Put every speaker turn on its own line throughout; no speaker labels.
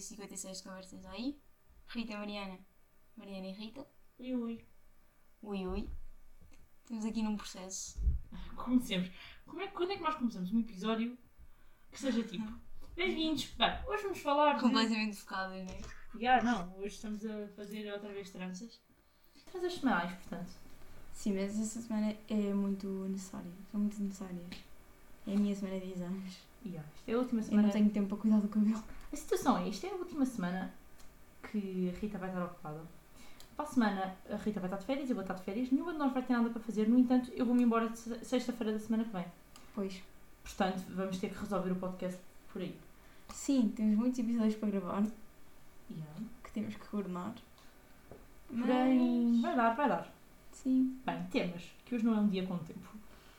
56 de Conversas aí. Rita e Mariana. Mariana e Rita.
Ui, ui.
Ui, ui. Estamos aqui num processo.
Como sempre. Quando é que nós começamos um episódio que seja tipo... Bem-vindos. Bem, hoje vamos falar de...
Completamente focadas, não é?
Não. Hoje estamos a fazer outra vez tranças. Tranças semanais, portanto.
Sim, mas essa semana é muito necessária. São muito necessárias. É a minha semana de exames.
Isto é a última
Eu
semana...
não tenho tempo para cuidar do cabelo.
A situação é, isto é a última semana que a Rita vai estar ocupada. Para a semana a Rita vai estar de férias, eu vou estar de férias. Nenhuma de nós vai ter nada para fazer. No entanto, eu vou-me embora de sexta-feira da semana que vem.
Pois.
Portanto, vamos ter que resolver o podcast por aí.
Sim, temos muitos episódios para gravar.
Yeah.
Que temos que coordenar.
Porém, vai dar.
Sim.
Bem, temas, que hoje não é um dia com tempo.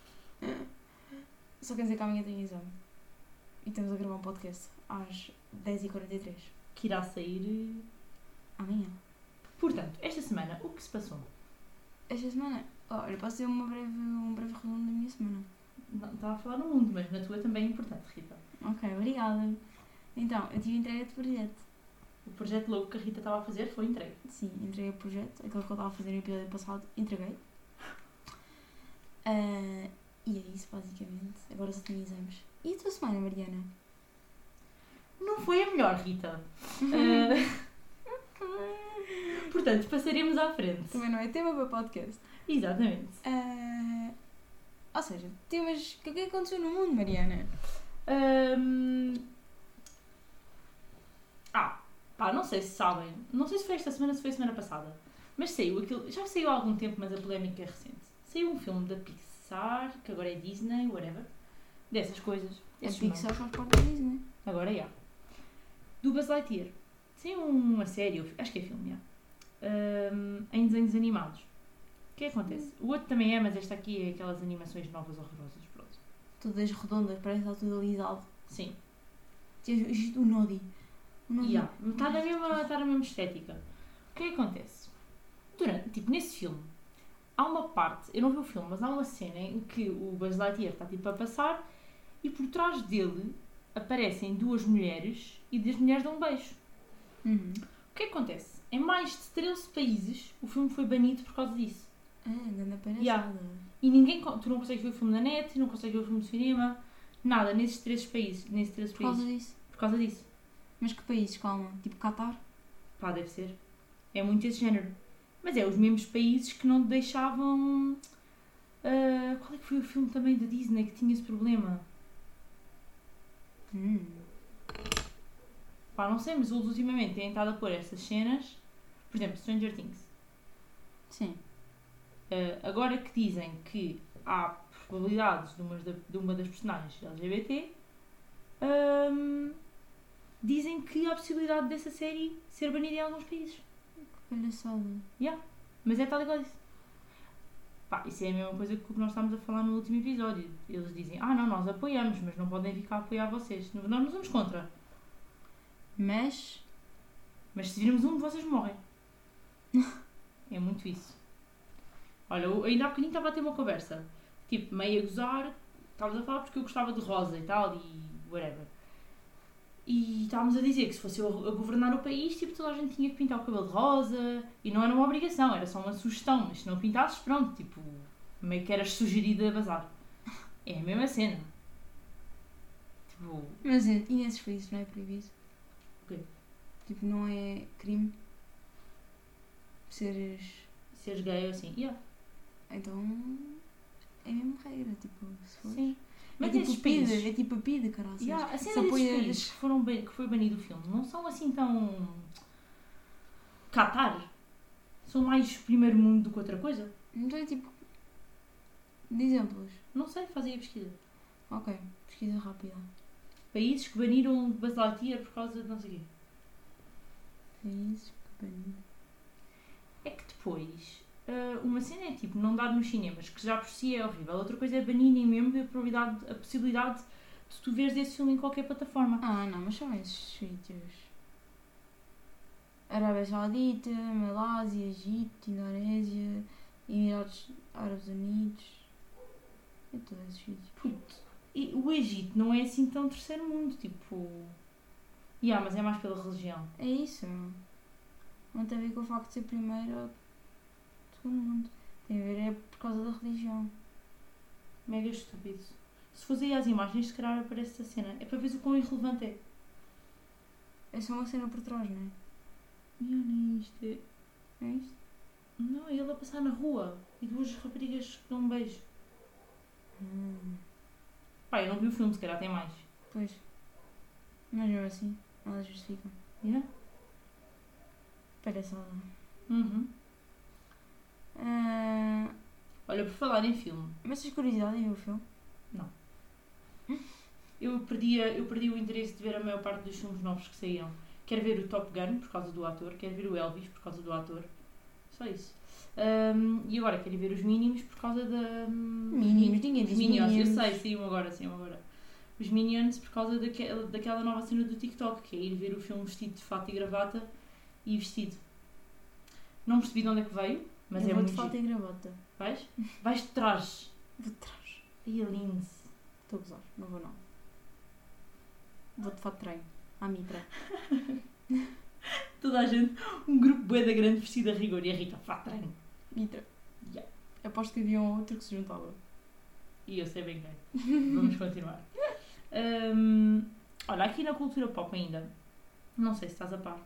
Só quer dizer que amanhã tenho exame. E estamos a gravar um podcast às 10h43.
Que irá sair...
Amanhã.
Portanto, esta semana, o que se passou?
Esta semana, olha, posso ter um breve resumo da minha semana.
Não, estava a falar no mundo, mas na tua também é importante, Rita.
Ok, obrigada. Então, eu tive entrega de projeto.
O projeto louco que a Rita estava a fazer foi entregue.
Sim, entreguei o projeto. Aquilo que eu estava a fazer no episódio passado, entreguei. E é isso, basicamente. Agora só tenho exames. E a tua semana, Mariana?
Não foi a melhor, Rita. Portanto, passaremos à frente.
Também não é tema para podcast.
Exatamente.
Ou seja, temas... O que é que aconteceu no mundo, Mariana?
Não sei se sabem. Não sei se foi esta semana, se foi a semana passada. Mas saiu aquilo... Já saiu há algum tempo, mas a polémica é recente. Saiu um filme da Pixar, que agora é Disney, whatever. Dessas coisas.
A Pixar faz parte da Disney.
Agora é. Do Buzz Lightyear. Saiu uma série, acho que é filme, em desenhos animados. O que acontece? O outro também é, mas esta aqui é aquelas animações novas horrorosas. Pronto.
Todas redondas, parece que está tudo alisado.
Sim.
O Nodi.
Está na mesma estética. O que acontece? Nesse filme, há uma parte, eu não vi o filme, mas há uma cena em que o Buzz Lightyear está a passar e por trás dele aparecem duas mulheres e das mulheres dão um beijo.
Uhum.
O que acontece? Em mais de 13 países o filme foi banido por causa disso.
Anda palhaçada.
E tu não consegues ver o filme na net, não consegues ver o filme de cinema, nada, nesses 13 países.
Por causa disso?
Por causa disso.
Mas que países? Calma. Tipo Qatar?
Pá, deve ser. É muito esse género. Mas é os mesmos países que não deixavam... qual é que foi o filme também da Disney que tinha esse problema? Pá, não sei, mas eles ultimamente têm estado a pôr essas cenas. Por exemplo, Stranger Things.
Sim.
Agora que dizem que há probabilidades de uma das personagens LGBT, dizem que há a possibilidade dessa série ser banida em alguns países.
Que palhaçada.
Mas é tal igual isso. Pá, isso é a mesma coisa que o que nós estávamos a falar no último episódio. Eles dizem, não, nós apoiamos, mas não podem vir cá apoiar vocês. Nós não vamos contra.
Mas
se virmos um, vocês morrem. É muito isso. Olha, eu ainda há bocadinho estava a ter uma conversa. Tipo, meio a gozar. Estávamos a falar porque eu gostava de rosa e tal, e whatever. E estávamos a dizer que se fosse eu a governar o país, tipo, toda a gente tinha que pintar o cabelo de rosa. E não era uma obrigação, era só uma sugestão. Mas se não pintasses, pronto, tipo, meio que eras sugerida a bazar. É a mesma cena. Tipo...
Mas e nesses países não é proibido?
O quê?
Tipo, não é crime? Seres
gay ou assim,
Então, é a mesma regra, tipo, se for.
Sim.
Mas é tipo PIDE, é tipo a PIDE, caralho.
A cena desses países que foi banido o filme não são assim tão... Qatar. São mais primeiro mundo do que outra coisa.
Então é tipo... De exemplos.
Não sei, fazem a pesquisa.
Ok, pesquisa rápida.
Países que baniram Buzz Lightyear por causa de não sei o quê.
Países que baniram...
É que depois... uma cena é tipo não dar nos cinemas, que já por si é horrível. Outra coisa é banirem mesmo a possibilidade de tu veres esse filme em qualquer plataforma.
Não, mas são esses sítios. Arábia Saudita, Malásia, Egito, Indonésia, Emirados Árabes Unidos. É todos esses sítios.
E o Egito não é assim tão terceiro mundo, tipo... Mas é mais pela religião.
É isso. Não tem a ver com o facto de ser primeiro ou segundo mundo. Tem a ver é por causa da religião.
Mega estúpido. Se fores aí às imagens, se calhar aparece a cena. É para ver o quão irrelevante é.
É só uma cena por trás, não é?
Nem isto é...
É isto?
Não, é ele a passar na rua e duas raparigas que dão um beijo. Pá, eu não vi o filme, se calhar tem mais.
Pois. Mas mesmo assim, elas justificam.
Yeah?
Parece ela.
Olha, por falar em filme,
Mas tens curiosidade em ver o filme?
eu perdi o interesse de ver a maior parte dos filmes novos que saíram. Quero ver o Top Gun por causa do ator, quero ver o Elvis por causa do ator. Só isso. E agora quero ver os Mínimos por causa da...
Mínimos, ninguém diz
Minions.
Minions.
Eu sei, saiu agora. Os Minions por causa daquela nova cena do TikTok, que é ir ver o filme vestido de fato e gravata e vestido. Não percebi de onde é que veio, mas
eu
é
vou
muito
de fato
giro.
e gravata.
Vais? Vais de trás.
Vou de trás.
Ai, é lindo.
Estou a gozar, não vou não. Vou de fato de treino. À mitra.
Toda a gente, um grupo bué da grande vestido a rigor e a Rita, vá, treino.
Mitra.
Yeah.
Aposto que havia um outro que se juntava.
E eu sei bem quem. Vamos continuar. Olha, aqui na cultura pop ainda, não sei se estás a par,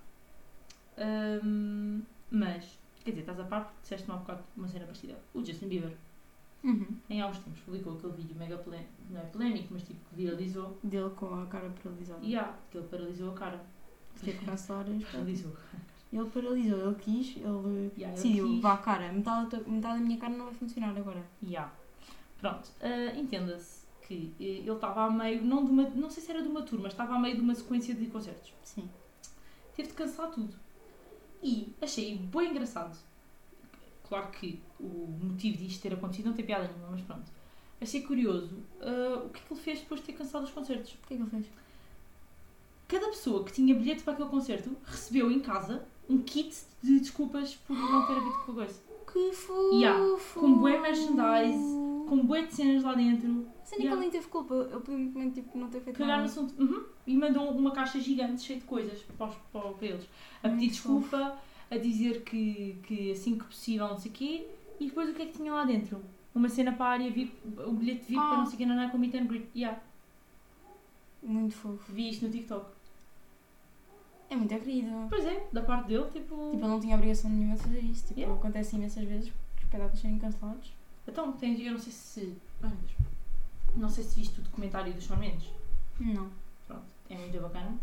mas, quer dizer, estás a par porque disseste-me há bocado uma cena parecida. O Justin Bieber, em há uns tempos, publicou aquele vídeo mega não é polémico, mas tipo que viralizou.
Dele com a cara paralisada.
Que ele paralisou a cara.
Teve que cancelar as
Paralisou.
Ele paralisou, ele quis, ele
Ele
decidiu,
quis.
vá cara, metade da minha cara não vai funcionar agora.
Pronto, entenda-se que ele estava a meio, não sei se era de uma tour, mas estava a meio de uma sequência de concertos.
Sim.
Teve de cancelar tudo. E achei bem engraçado. Claro que o motivo disto ter acontecido não tem piada nenhuma, mas pronto. Achei curioso o que é que ele fez depois de ter cancelado os concertos.
O que é que ele fez?
Cada pessoa que tinha bilhete para aquele concerto recebeu em casa um kit de desculpas por não ter havido coisa.
Que fofo!
Com bué merchandise, com bué de cenas lá dentro.
Sendo que ele nem teve culpa, ele podia tipo, não ter feito
Cagar no
nada.
assunto. E mandou uma caixa gigante cheia de coisas para eles. A pedir desculpa, a dizer que assim que possível, não sei o quê. E depois o que é que tinha lá dentro? Uma cena para a área VIP, o bilhete VIP para não sei o quê, não é com meet and greet.
Muito fofo.
Vi isto no TikTok.
É muito querido.
Pois é, da parte dele, tipo...
Tipo, ele não tinha obrigação nenhuma de fazer isso. Tipo,
Yeah.
acontece imensas vezes os espetáculos serem cancelados.
Então, eu não sei se... Não sei se viste o documentário do Shawn Mendes.
Não.
Pronto, é muito bacana.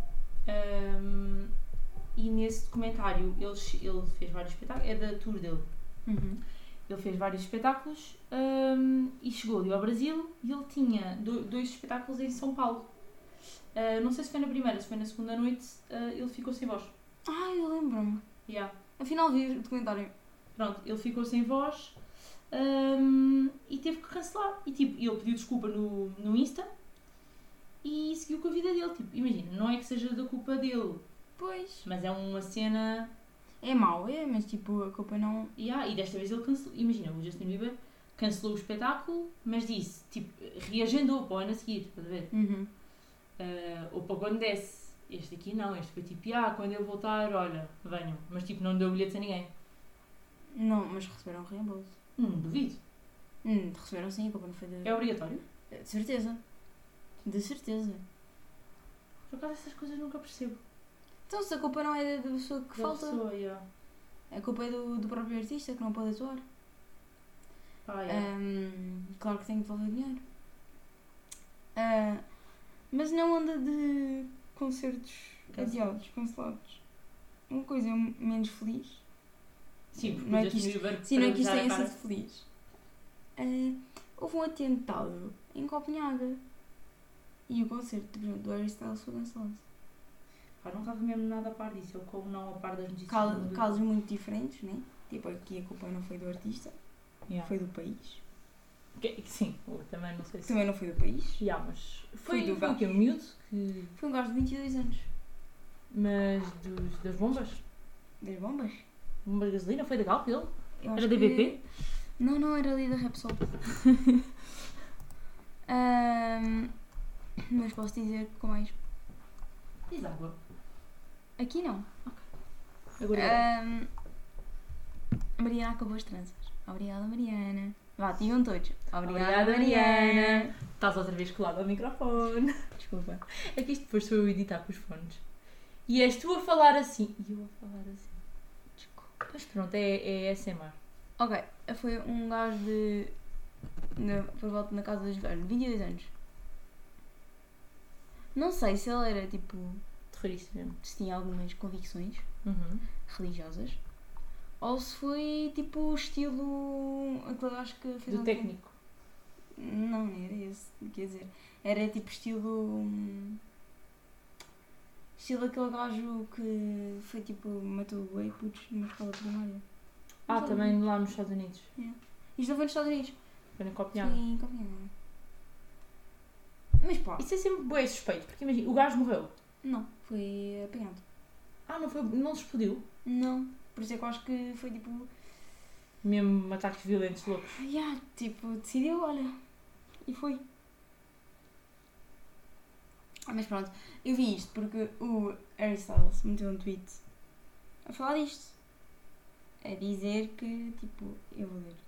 E nesse documentário ele fez vários espetáculos, é da tour dele. Ele fez vários espetáculos e chegou ali ao Brasil e ele tinha dois espetáculos em São Paulo. Não sei se foi na primeira, se foi na segunda noite, ele ficou sem voz.
Eu lembro-me. Afinal vi o documentário.
Pronto, ele ficou sem voz e teve que cancelar. E tipo, ele pediu desculpa no Insta e seguiu com a vida dele. Tipo, imagina, não é que seja da culpa dele,
Pois.
mas é uma cena...
É mau, mas tipo, a culpa não...
E desta vez ele cancelou. Imagina, o Justin Bieber cancelou o espetáculo, mas disse, tipo, reagendou para o ano a seguir, estás a ver? Ou para quando desce. Este aqui não, este foi tipo, quando eu voltar, olha, venham. Mas tipo, não deu bilhetes a ninguém.
Não, mas receberam reembolso.
Duvido.
Receberam sim, a culpa não foi de...
É obrigatório?
De certeza. De certeza.
Por acaso essas coisas nunca percebo.
Então se a culpa não é da pessoa que
Da
falta,
pessoa,
a culpa é do próprio artista que não pode atuar. Claro que tem que devolver dinheiro. Mas não anda de concertos adiados, cancelados. Uma coisa menos feliz.
Sim, porque
Não é
o
que
Justin
isto-
Bieber
Sim, não é que isto
paralisar a
tenha
cara.
sido feliz. Houve um atentado em Copenhaga. E o concerto, por exemplo, do Harry Styles foi cancelado.
Não estava mesmo nada a par disso. Eu como não a par das notícias.
Casos muito diferentes, né? Tipo, aqui a culpa não foi do artista, foi do país.
Sim, também não sei se...
Também não foi do país.
Mas
Foi do
o
gajo.
quê? Um miúdo?
Foi um gajo de 22 anos.
Mas das bombas?
Das bombas?
Bomba de gasolina? Foi da Galp ele?
Eu
Era
acho
da
que-
BP?
Não, era ali da Repsol. Mas posso dizer com mais.
Diz água.
Aqui não.
Agora
A Mariana acabou as tranças. Obrigada, Mariana. Vá, digam todos.
Obrigada, Mariana. Estás outra vez colado ao microfone.
Desculpa.
É que isto depois sou eu a editar com os fones. E és tu a falar assim. E eu a falar assim.
Desculpa.
Mas pronto, é ASMR.
Ok, foi um gajo de... por volta na casa dos velhos, 22 anos. Não sei se ele era tipo...
Terrorista mesmo.
se tinha algumas convicções religiosas. Ou se foi tipo estilo... aquele gajo que fez...
Do técnico.
Não, não era esse. Quer dizer, era tipo estilo... estilo aquele gajo que foi tipo... matou bué putos numa escola primária.
Ah, também lá nos Estados Unidos.
Isto não foi nos Estados Unidos.
Foi na
Foi
Copenhague.
em Copenhague. Mas pá,
Isso é sempre bué suspeito, porque imagina, o gajo morreu.
não, foi apanhado.
Ah, não se explodiu?
Não, por isso é que eu acho que foi tipo...
Mesmo ataques violentos loucos.
tipo, decidiu, olha, e foi. Mas pronto, eu vi isto porque o Harry Styles meteu um tweet a falar disto. A dizer que, tipo, eu vou ler.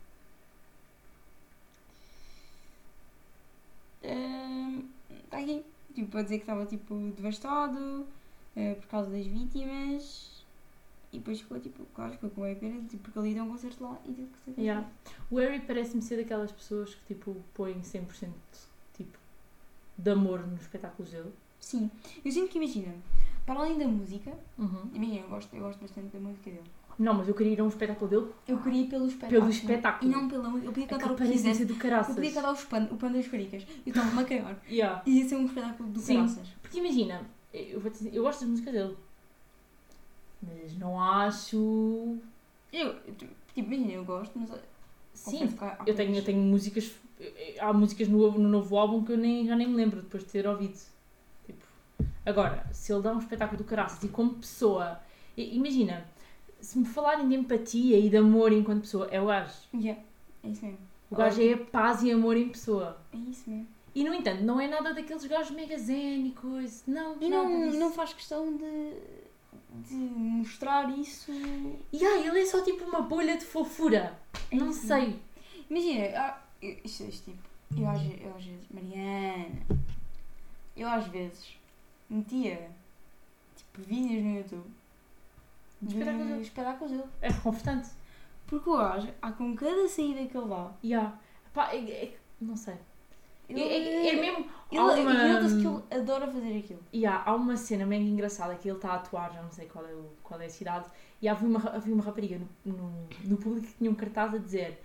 Está aqui, tipo, a dizer que estava, tipo, devastado por causa das vítimas. E depois ficou, tipo, claro, ficou com a pena, tipo, porque ali deu um concerto lá e teve que ser.
Yeah. O Harry parece-me ser daquelas pessoas que, tipo, põem 100% tipo, de amor nos espetáculos dele.
Sim, eu sinto que, imagina, para além da música,
Uhum.
imagina, eu gosto bastante da música dele.
Não, mas eu queria ir a um espetáculo dele
Eu queria ir pelo espetáculo.
pelo espetáculo.
E não pela música. Eu podia cantar o que
parece
quisesse.
ser do caraças.
Eu podia cantar o Panda das Caricas. Eu estava-me a cagar.
Yeah.
Ia ser um espetáculo do
Sim.
caraças.
Porque imagina, eu vou dizer, eu gosto das músicas dele. Mas não acho...
Tipo, imagina, eu gosto, mas...
Sim,
confesso que há
eu tenho músicas... Há músicas no novo álbum que eu já nem me lembro depois de ter ouvido. Tipo, agora, se ele dá um espetáculo do caraças e como pessoa... Imagina, se me falarem de empatia e de amor enquanto pessoa, é o gajo.
Yeah, é isso mesmo.
O gajo é paz e amor em pessoa.
É isso mesmo.
E, no entanto, não é nada daqueles gajos mega zen e coisa. Não,
E
nada disso.
não faz questão de mostrar isso...
Ele é só tipo uma bolha de fofura.
É
Não
isso
sei.
Imagina, isto tipo... Eu às vezes... Mariana... Eu às vezes metia, tipo, vídeos no YouTube de espetáculos dele.
É reconfortante.
Porque o gajo, há com cada saída que ele dá...
Pá, não sei.
Ele,
É mesmo...
Ele nota-se que ele adora fazer aquilo.
Há uma cena mega engraçada que ele está a atuar, já não sei qual é a cidade, e havia uma rapariga no público que tinha um cartaz a dizer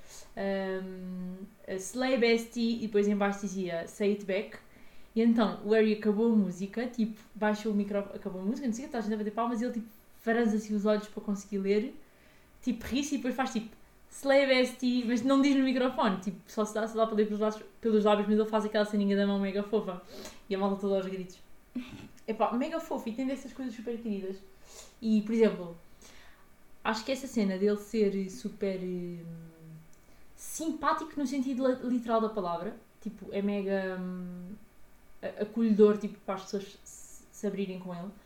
Slay Bestie, e depois em baixo dizia Say It Back. E então o Harry acabou a música, tipo, baixou o microfone, acabou a música, não sei o que, está a gente a bater palmas, e ele tipo franze-se os olhos para conseguir ler, tipo ri-se e depois faz tipo Slay Bestie, mas não diz no microfone, tipo, só se dá para ler pelos lábios, mas ele faz aquela ceninha da mão mega fofa. E a malta toda aos gritos. Epá, mega fofo, e tem dessas coisas super queridas. E, por exemplo, acho que essa cena dele ser super simpático no sentido literal da palavra, tipo, é mega acolhedor, tipo, para as pessoas se abrirem com ele.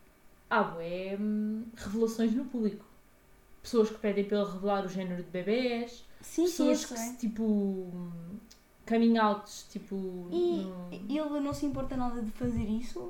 Revelações no público. Pessoas que pedem para ele revelar o género de bebés.
Sim,
pessoas que se, tipo, coming outs, tipo...
E ele não se importa nada de fazer isso.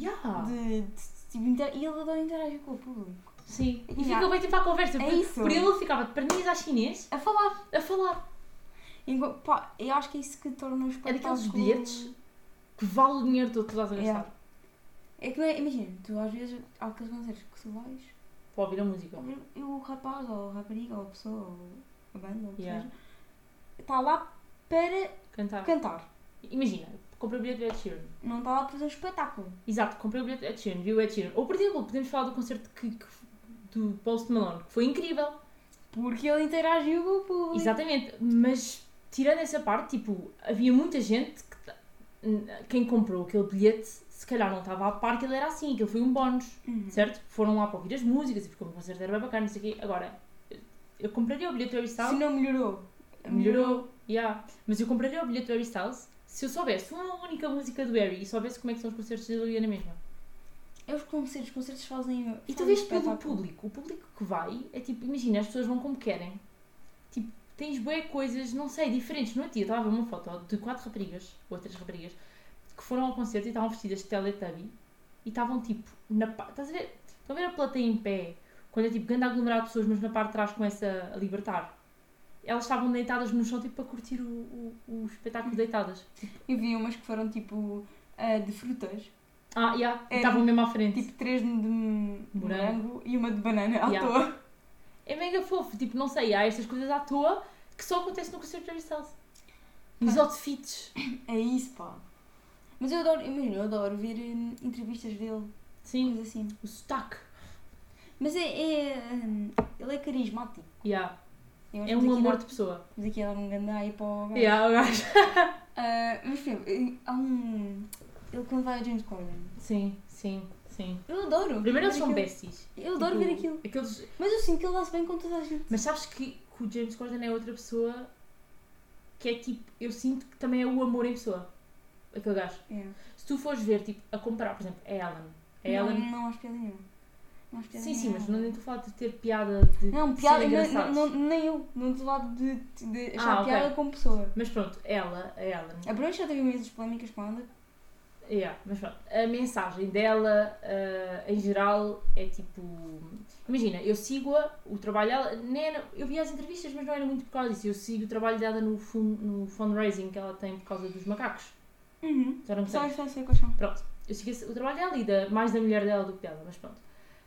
Tipo, e ele adora interagir com o público.
Sim. E fica bem tipo à conversa. Por ele ficava de perninhas à chinês.
A falar.
Pá,
eu acho que é isso que torna o espetáculo...
É daqueles bilhetes que vale o dinheiro todo que tu estás a gastar.
É que não é... Imagina, tu às vezes há aqueles concertos que tu vais...
Para ouvir a música.
E o rapaz, ou a rapariga, ou a pessoa, ou a banda, ou o que seja, está lá para cantar.
Imagina, comprei o bilhete do Ed Sheeran.
Não está lá para fazer um espetáculo.
Exato, comprei o bilhete do Ed Sheeran, vi o Ed Sheeran. Ou, por exemplo, podemos falar do concerto do Post Malone, que foi incrível.
Porque ele interagiu com o público.
Exatamente, mas tirando essa parte, tipo, havia muita gente quem comprou aquele bilhete, se calhar não estava a par que ele era assim, que ele foi um bónus, certo? Foram lá para ouvir as músicas e porque o concerto era bem bacana, não sei o quê. Agora, eu compraria o bilhete do Harry Styles.
Se não melhorou.
Melhorou. Mas eu compraria o bilhete do Harry Styles se eu soubesse uma única música do Harry e soubesse como é que são os concertos dele, eu ia na mesma.
É os concertos fazem.
E tu vês pelo público. O público que vai é tipo, imagina, as pessoas vão como querem. Tipo, tens bué coisas, não sei, diferentes. No outro dia eu estava a ver uma foto de 4 raparigas, ou 3 raparigas, que foram ao concerto e estavam vestidas de Teletubby e estavam tipo na parte. Estás a ver? Estão a ver a plateia em pé, quando é tipo grande aglomerado de pessoas, mas na parte de trás começa a libertar. Elas estavam deitadas no chão tipo para curtir o espetáculo deitadas.
Eu vi umas que foram tipo de frutas.
Yeah. Estavam mesmo à frente.
Tipo 3 de morango e uma de banana à toa.
É mega fofo, tipo, não sei, há estas coisas à toa que só acontecem no concerto de Harry Styles. E os outfits.
É isso, pá. Mas eu adoro, imagina, eu adoro ver entrevistas dele.
Sim,
coisa assim.
o sotaque.
Mas ele é carismático.
Yeah. É um amor de pessoa.
Mas aqui ela não anda aí para o gajo.
O gajo.
Mas há ele quando vai ao James Corden.
Sim.
Eu adoro.
Primeiro eles são besties.
Eu adoro ver aquilo. Mas eu sinto que ele dá-se bem com toda a gente.
Mas sabes que o James Corden é outra pessoa que é tipo, eu sinto que também é o amor em pessoa. Aquele gajo.
Yeah.
Se tu fores ver, tipo, a comparar, por exemplo, a Ellen.
Não acho piada nenhuma.
Sim, mas não estou a falar de ter piada de
não, piada,
ser engraçados.
Nem eu. Não estou a falar de achar piada como pessoa.
Mas pronto, a Ellen.
A Bruna já teve imensas polémicas com ela.
Mas pronto, a mensagem dela, em geral, é tipo... Imagina, eu sigo-a, o trabalho dela... Eu vi as entrevistas, mas não era muito por causa disso. Eu sigo o trabalho dela no fundraising que ela tem por causa dos macacos. Já não
sei quais são.
Pronto, eu sigo o trabalho dela e mais da mulher dela do que dela, mas pronto.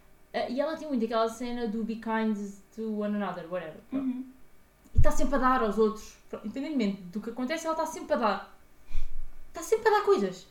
E ela tem muito aquela cena do be kind to one another, whatever. E está sempre a dar aos outros. Independentemente do que acontece, ela está sempre a dar. Está sempre a dar coisas.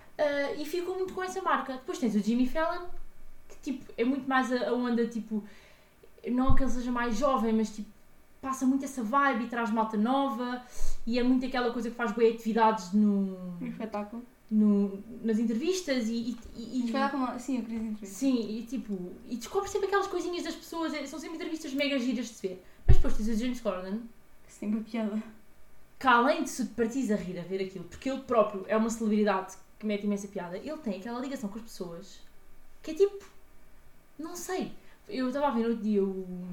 E ficou muito com essa marca. Depois tens o Jimmy Fallon, que tipo, é muito mais a onda, tipo, não que ele seja mais jovem, mas tipo, passa muito essa vibe e traz malta nova e é muito aquela coisa que faz boas atividades no
espetáculo.
Nas entrevistas e
sim, eu queria entrevistas.
Sim, e tipo, e descobre sempre aquelas coisinhas das pessoas, são sempre entrevistas mega giras de se ver. Mas depois tens o James Corden,
que sempre é piada.
Que além de se partires a rir a ver aquilo, porque ele próprio é uma celebridade que mete imensa piada, ele tem aquela ligação com as pessoas que é tipo, não sei, eu estava a ver no outro dia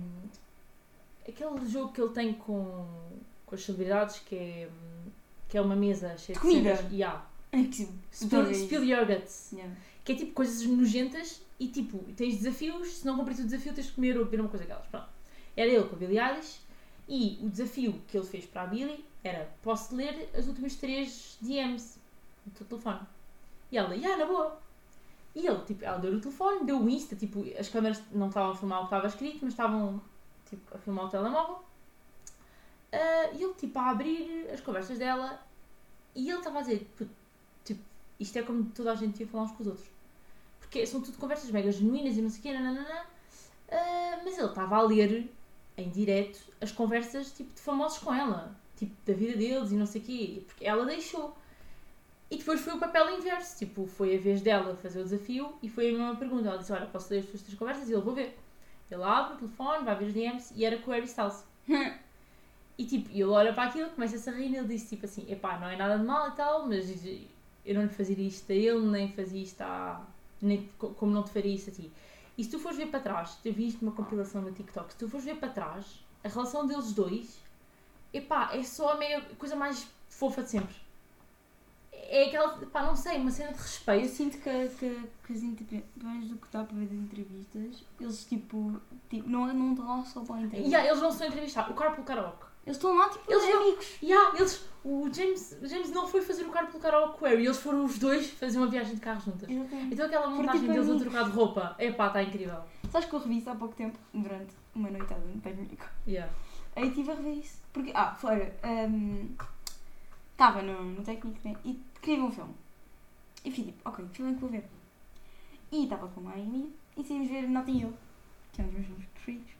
aquele jogo que ele tem com as celebridades que é uma mesa cheia de
comida.
Cenas,
Spill
yogurts, que é tipo coisas nojentas e tipo, tens desafios, se não cumprir o desafio tens de comer ou beber uma coisa daquelas. Pronto. Era ele com a Billie Eilish e o desafio que ele fez para a Billie era, posso ler as últimas 3 DMs do teu telefone? E ela, na boa. E ele, tipo, ela deu o telefone, deu o Insta, tipo, as câmeras não estavam a filmar o que estava escrito, mas estavam, tipo, a filmar o telemóvel. E ele, tipo, a abrir as conversas dela e ele estava a dizer, tipo, isto é como toda a gente ia falar uns com os outros. Porque são tudo conversas mega genuínas e não sei o quê, mas ele estava a ler em direto as conversas, tipo, de famosos com ela. Tipo, da vida deles e não sei o quê. Porque ela deixou. E depois foi o papel inverso. Tipo, foi a vez dela fazer o desafio e foi a mesma pergunta. Ela disse, olha, posso ler as tuas 3 conversas? E ele, vou ver. Ele abre o telefone, vai ver os DMs e era com o Harry Styles. E tipo, ele olha para aquilo, começa a rir e ele disse tipo assim, epá, não é nada de mal e tal, mas eu não lhe fazia isto a ele, nem fazia isto como não te faria isso a ti. E se tu fores ver para trás, eu vi isto numa compilação no TikTok, se tu fores ver para trás, a relação deles dois, epá, é só a meia coisa mais fofa de sempre. É aquela, pá, não sei, uma cena de respeito.
Eu sinto que as entrevistas, do que está para ver das entrevistas, eles tipo não estão lá só para a entrevista.
Eles não se estão a entrevistar, o Carpool Karaoke.
Eles estão lá tipo amigos.
O James não foi fazer o Carpool Karaoke com o Harry, eles foram os dois fazer uma viagem de carro juntas.
Exatamente.
Então aquela montagem
tipo,
deles a trocar de roupa, epá, está incrível.
Sabes que eu revi isso há pouco tempo, durante uma noitada no técnico. Aí estive a rever isso. Porque, estava no técnico, né? E queria ver um filme. E fui tipo, ok, que filme é que vou ver? E estava com uma amiga e decidimos ver Notting Hill, que é um dos meus filmes preferidos.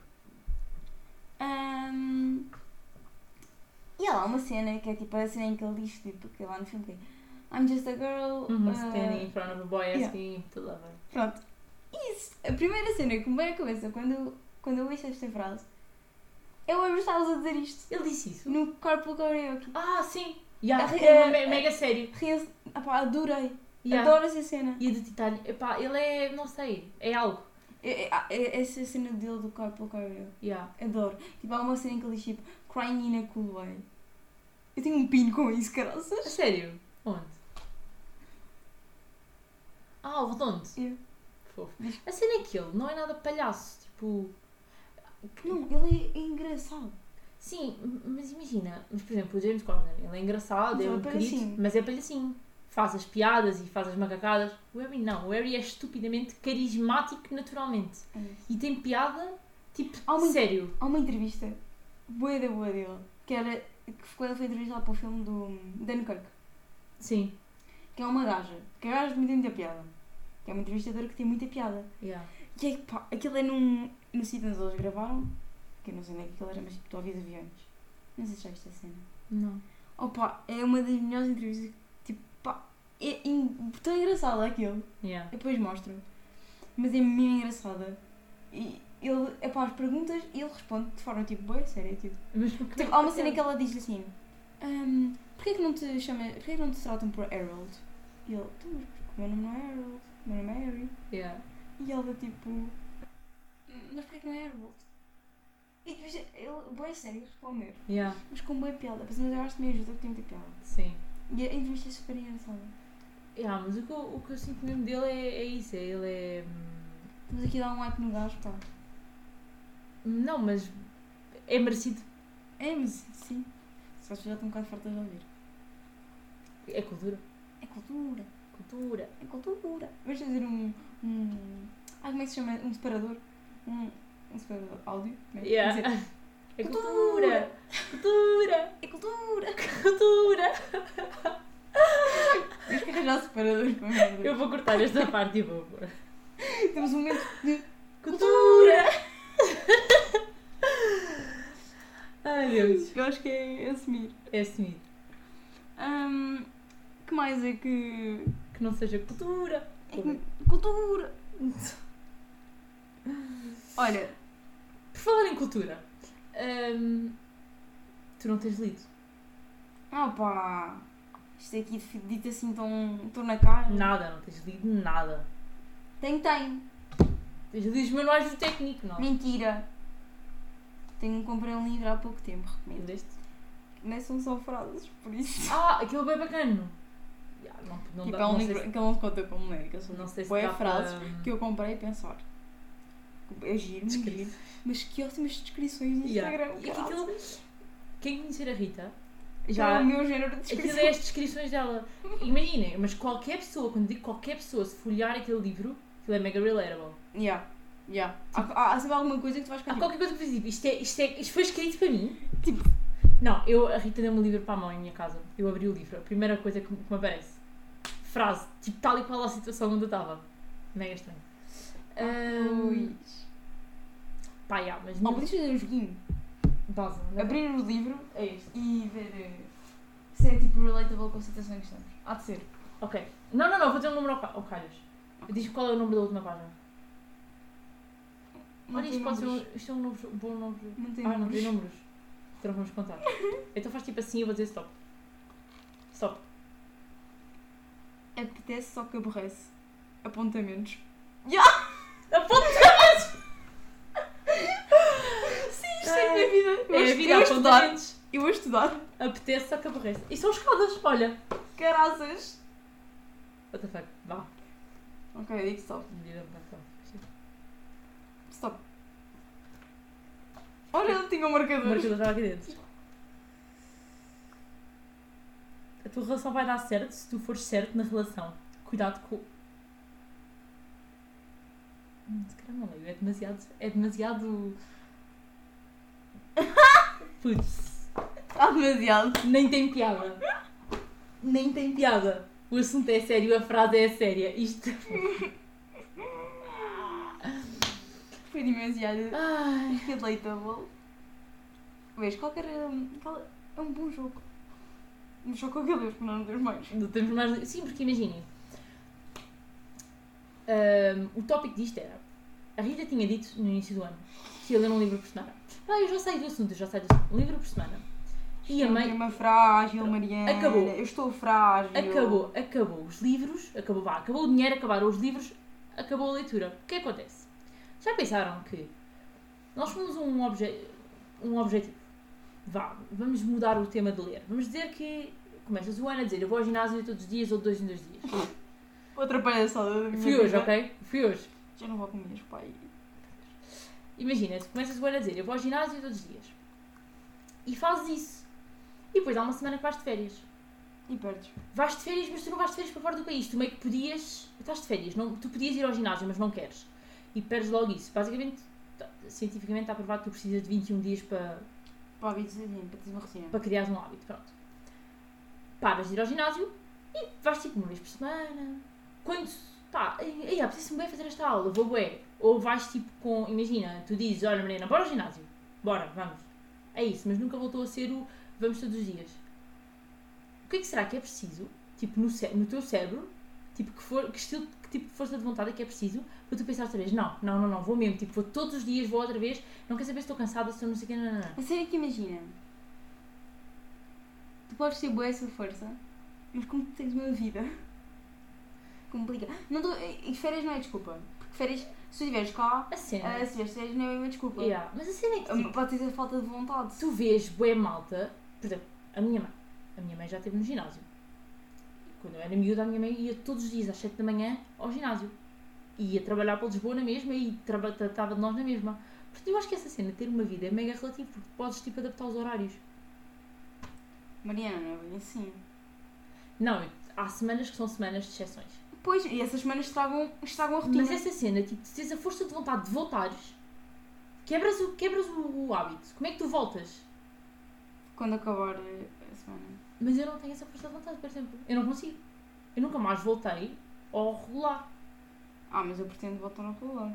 E há lá uma cena que é tipo a cena em que ele diz, tipo, que lá no filme que é I'm just a girl
standing in front of a boy asking to love her.
Pronto. Isso, a primeira cena que me veio à cabeça quando eu ouço esta frase é o Harry Styles a dizer isto.
Ele disse isso?
No Carpool Karaoke.
Sim. Mega sério.
Adorei.
Yeah.
Adoro essa cena.
E a do Titânio, epá, ele é, não sei, é algo.
Essa cena dele do Carpool Karaoke.
Yeah.
Adoro. Tipo, há uma cena em que ele diz tipo, crying in a cool way. Eu tenho um pino com isso,
A
caraças.
sério? Onde? Ah, o redondo.
Yeah.
Fofo. A cena é que ele não é nada palhaço, tipo...
Não, ele é engraçado.
Sim, mas imagina, mas por exemplo o James Corden, ele é engraçado,
Mas
é
ele é
um querido,
palhacinho.
mas é palhacinho. Faz as piadas e faz as macacadas. O Harry não, o Harry é estupidamente carismático naturalmente. E tem piada, tipo, sério.
Há uma entrevista boa dele, que era que quando ele foi entrevistado para o filme do Dunkirk.
Sim.
Que é uma gaja, que a gaja tem muita piada. Que é uma entrevistadora que tem muita piada.
Yeah.
E é que pá, aquilo é no sítio onde eles gravaram, que eu não sei onde é que aquilo era, mas tipo, tu ouvias aviões. Não sei se já viste a cena.
Não.
Opa, é uma das melhores entrevistas, tipo, pá, é tão engraçada aquilo.
Yeah.
Depois mostro. Mas é mesmo engraçada. E ele, é pá, as perguntas e ele responde de forma tipo, boa, séria, tipo.
Mas porque
Tipo, há uma cena que ela diz assim, porquê que não te tratam por Harold? E ele, então, mas porque o meu nome não é Harold, o meu nome é Harry.
Yeah.
E ela tipo, mas porquê que não é Harold? E depois ele, boa, sério, responder.
Yeah.
Mas com boa piada, mas eu acho que me ajuda, que tem muita piada.
Sim.
E a entrevista é super engraçada.
Yeah, mas o que eu sinto mesmo dele é isso, ele é...
Estamos aqui a dar um like no gajo, pá.
Não, mas é merecido.
É, mas sim. Só que já estou um bocado farta de ouvir.
É cultura.
É cultura.
Cultura.
É cultura. Vais fazer como é que se chama? Um separador? Um separador áudio? Né?
Yeah.
Dizer,
É cultura. Cultura.
é cultura.
Cultura.
Tens que arranjar separadores para mim.
Eu vou cortar esta parte e vou pôr.
Temos um momento de
Cultura. Ai, Deus.
eu acho que é assumir.
É assumir.
Que mais é que...
Que não seja cultura.
Cultura. Olha,
Por falar em cultura, tu não tens lido?
pá, isto aqui dito assim tão na cara.
Nada, não tens lido nada.
Tenho.
Tens lido os manuais do técnico, não?
Mentira. Comprei um livro há pouco tempo, recomendo.
Leste?
Nem são só frases, por isso.
Aquilo é bem bacana. Não
Tipo,
dá,
é um
não
livro
sei se-
que não se conta como ler, que são
Não sei se
boas
dá
frases
para-
que eu comprei a pensar. É giro, muito
Descreve.
giro. Mas que ótimas descrições no
Yeah.
Instagram.
E aquilo, quem conhecer a Rita,
Já é
já
o meu género de
aquilo
descrição.
é as descrições dela. Imaginem, mas qualquer pessoa, quando digo qualquer pessoa, se folhear aquele livro, aquilo é mega relatable.
Yeah. Há sempre alguma coisa que tu vais
Há
ficar
qualquer coisa que eu digo, isto foi escrito para mim.
tipo...
Não, a Rita deu-me um livro para a mão em minha casa. Eu abri o livro, a primeira coisa que me aparece. Frase, tipo tal e qual a situação onde eu estava. Mega estranho.
Pois.
Pá, já, mas
Podias fazer um joguinho.
base.
Abrir o livro
É isto.
e ver se é tipo relatable com a situação em que estamos. Há de ser.
Ok. Não, vou dizer um número ao calhas. Diz-me qual é o número da última página. Olha, isto pode ser isto é um bom número.
Não tem
Não
números.
tem números. Então vamos contar. Então faz tipo assim e eu vou dizer stop. Stop.
Apetece só que aborrece. Apontamentos.
Apontamentos!
Sim, isto é a minha vida.
É a vida,
eu vou estudar.
apontamentos.
Eu vou estudar.
Apetece só que aborrece. E são escadas, olha.
Caraças.
What the fuck? Vá.
Ok, eu digo stop. Stop. Olha, eu tinha um
O
marcador.
marcador estava aqui dentro. A tua relação vai dar certo se tu fores certo na relação. Cuidado com... Se calhar não leio. É demasiado... Putz.
Está demasiado.
Nem tem piada. Nem tem piada. O assunto é sério, a frase é séria. Isto...
Foi demasiado
Ai.
relatable. Vês, qualquer... É um bom jogo. Um jogo com aquele porque não temos mais.
Não temos mais... Sim, porque imaginem. O tópico disto era... A Rita tinha dito no início do ano que ia ler um livro por semana. Eu já saí do assunto, Um livro por semana. E a
É um
mãe...
tema frágil, Mariana.
Acabou.
Eu estou frágil.
Acabou os livros, acabou o dinheiro, acabaram os livros, acabou a leitura. O que acontece? Já pensaram que nós fomos um objetivo? Vamos mudar o tema de ler. Vamos dizer que começas o ano a dizer eu vou ao ginásio todos os dias ou de 2 em 2 dias.
Outra palhaçada da minha
Fui hoje,
vida.
ok? Fui hoje.
Já não vou com meus pais.
Imagina, tu começas o ano a dizer eu vou ao ginásio todos os dias. E fazes isso. E depois há uma semana que vais de férias.
E perdes.
Vais de férias, mas tu não vais de férias para fora do país. Tu meio que podias... Estás de férias. Tu podias ir ao ginásio, mas não queres. E perdes logo isso. Basicamente, cientificamente está provado que tu precisas de 21 dias para
Hábitos assim, para teres uma rotina.
para criares um hábito. Pronto. Paras de ir ao ginásio e vais tipo uma vez por semana. Quando... Pá, preciso-me bem fazer esta aula. Vou bué. Ou vais tipo com... Imagina, tu dizes, olha Mariana, bora ao ginásio. Bora, vamos. É isso, mas nunca voltou a ser o vamos todos os dias. O que é que será que é preciso, tipo, no teu cérebro, tipo, que tipo de força de vontade é que é preciso para tu pensar outra vez, não, vou mesmo, tipo, vou todos os dias, vou outra vez, não quero saber se estou cansada, se estou não sei o quê, não.
A sério que imagina, tu podes ter boa essa força, mas como tu tens uma vida, complica. E férias não é desculpa, porque férias, se tu estiveres cá,
A cena,
se tiveres férias não é uma desculpa.
yeah, mas a cena é que, tipo,
Pode ter falta de vontade.
tu vês bué malta, por exemplo, a minha mãe já esteve no ginásio. Quando eu era miúda, a minha mãe ia todos os dias às 7 da manhã ao ginásio. E ia trabalhar para Lisboa na mesma e tratava de nós na mesma. Portanto, eu acho que essa cena de ter uma vida é mega relativo, porque podes, tipo, adaptar os horários.
Mariana, não é bem assim.
Não, há semanas que são semanas de exceções.
Pois, e essas semanas estragam a rotina.
Mas essa cena, tipo, se tens a força de vontade de voltares, quebras o hábito. Como é que tu voltas?
Quando acabar a semana.
Mas eu não tenho essa força de vontade, por exemplo. Eu não consigo. Eu nunca mais voltei ao regular.
Mas eu pretendo voltar ao regular.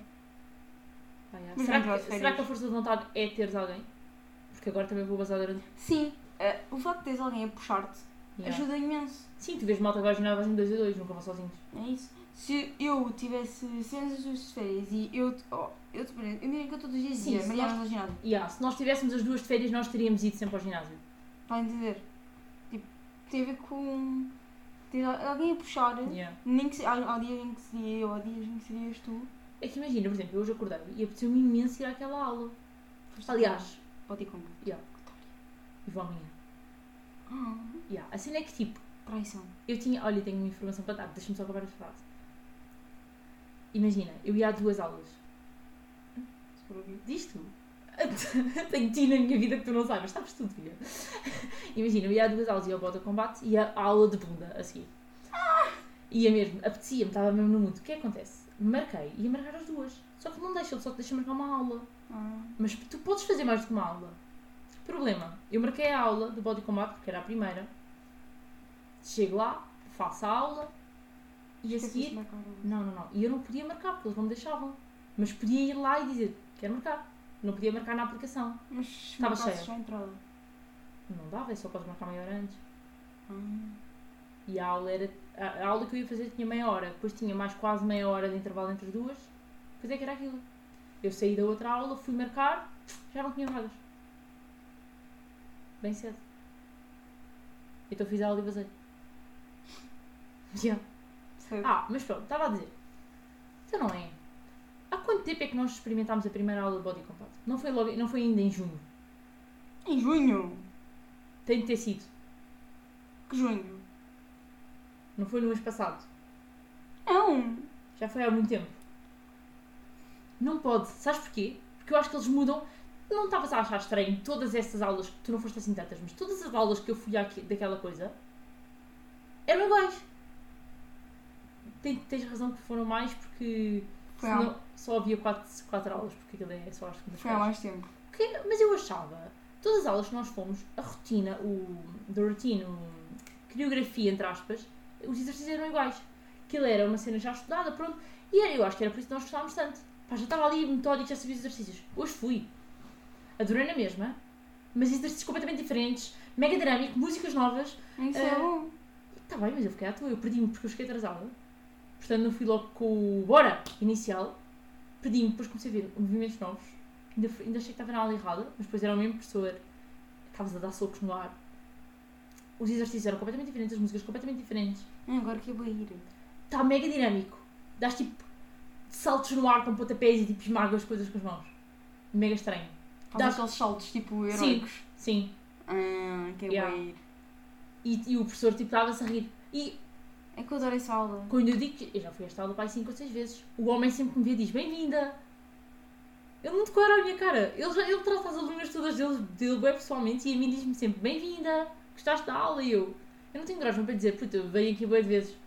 Mas
Será,
não vais
que,
de
será que
férias.
a força de vontade é teres alguém? Porque agora também vou basar durante...
Sim, o facto de teres alguém a puxar-te ajuda imenso.
Sim, tu vês malta que vai ao ginásio, vais em 2 a 2, nunca vão sozinhos.
É isso. Se eu tivesse cenas de férias e eu imagino que eu todos os dias
Sim,
dizia,
se
Mariana,
nós-
vamos ao ginásio.
Se nós tivéssemos as duas de férias, nós teríamos ido sempre ao ginásio.
Está a entender? Tipo, tem a ver com ter alguém a puxar. Nem que há dias em que seria eu, há dias em que serias tu.
É que imagina, por exemplo, eu hoje acordei e apeteceu-me imenso ir àquela aula. Aliás,
Pode ir comigo.
e vou amanhã. A cena é que, tipo,
Traição.
eu tinha... Olha, tenho uma informação para dar, deixa-me só acabar esta frase. Imagina, eu ia a 2 aulas.
Se for ouvir.
Diz tu. Tenho ti na minha vida que tu não sabes, sabes tudo, filha. Imagina, eu ia a 2 aulas, ia ao Bota Combate e ia à aula de bunda a seguir. Ia mesmo, apetecia-me, estava mesmo no mundo. O que é que acontece? Marquei, ia marcar as 2. Só que não deixa, ele só te deixa marcar uma aula. Mas tu podes fazer mais do que uma aula. Problema, eu marquei a aula de Body Combat, porque era a primeira. Chego lá, faço a aula e a seguir... Não. E eu não podia marcar, porque eles não me deixavam. Mas podia ir lá e dizer, quero marcar. Não podia marcar na aplicação.
Mas
Estava cheia.
já entrada.
Não dava, é só podes marcar meia hora antes. E a aula era... A aula que eu ia fazer tinha meia hora. Depois tinha mais quase meia hora de intervalo entre as duas. Depois é que era aquilo. Eu saí da outra aula, fui marcar, já não tinha vagas. Bem cedo. Então fiz a aula e vazei. Mas pronto, estava a dizer. Então não é. Há quanto tempo é que nós experimentámos a primeira aula de Body Combat? Não foi ainda em junho.
Em junho?
Tem de ter sido.
Que junho?
Não foi no mês passado.
Não.
Já foi há muito tempo. Não pode. Sabes porquê? Porque eu acho que eles mudam. Não estavas a achar estranho todas essas aulas, que tu não foste assim tantas, mas todas as aulas que eu fui daquela coisa eram iguais. Tens razão que foram mais porque senão só havia 4 aulas, porque aquilo é só às segundas-feiras.
Foi há mais tempo.
Mas eu achava, todas as aulas que nós fomos, a rotina, coreografia, entre aspas, os exercícios eram iguais. Aquilo era uma cena já estudada, pronto, e eu acho que era por isso que nós gostávamos tanto. Já estava ali metódico, já sabia os exercícios. Hoje fui. Adorei na mesma, mas exercícios completamente diferentes, mega dinâmico, músicas novas.
Isso é bom.
Está bem, mas eu fiquei à toa, eu perdi-me porque eu cheguei atrasada. Portanto, não fui logo com o bora inicial. Perdi-me, depois comecei a ver movimentos novos. Ainda achei que estava na aula errada, mas depois era o mesmo professor. Estavas a dar socos no ar. os exercícios eram completamente diferentes, as músicas completamente diferentes.
Agora que eu vou ir.
Está mega dinâmico. Dás tipo saltos no ar com pontapés e tipo esmagas as coisas com as mãos. Mega estranho.
Faz aqueles saltos tipo heróicos.
Sim.
Que eu
Yeah.
vou ir.
E o professor tipo estava-se a rir. E
É que eu adoro essa aula.
quando eu digo que eu já fui a esta aula pai 5 ou 6 vezes, o homem sempre me vê e diz bem-vinda. Ele não decora a minha cara. Ele trata as alunas todas dele bem pessoalmente e a mim diz-me sempre bem-vinda, gostaste da aula? E eu não tenho coragem para dizer, puta, eu venho aqui bué de vezes.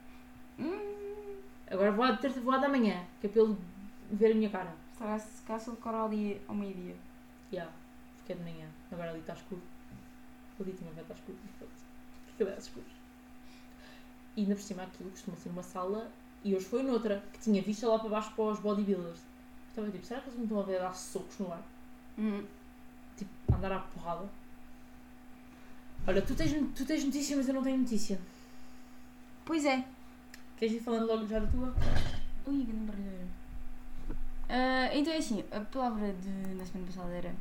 Agora vou à da manhã, que é para ele ver a minha cara.
Se caso decora ali ao meio-dia.
Porque é de manhã. Agora ali está escuro. Ali também vai estar escuro. Que é escuro. E ainda por cima aquilo costuma ser uma sala e hoje foi noutra, que tinha vista lá para baixo para os bodybuilders. Estava tipo, será que eles me estão a ver a dar socos no ar? Tipo, a andar à porrada? Olha, tu tens notícia, mas eu não tenho notícia.
Pois é.
Queres ir falando logo já da tua?
Ui, que não barulheira. Então é assim, a palavra da semana passada era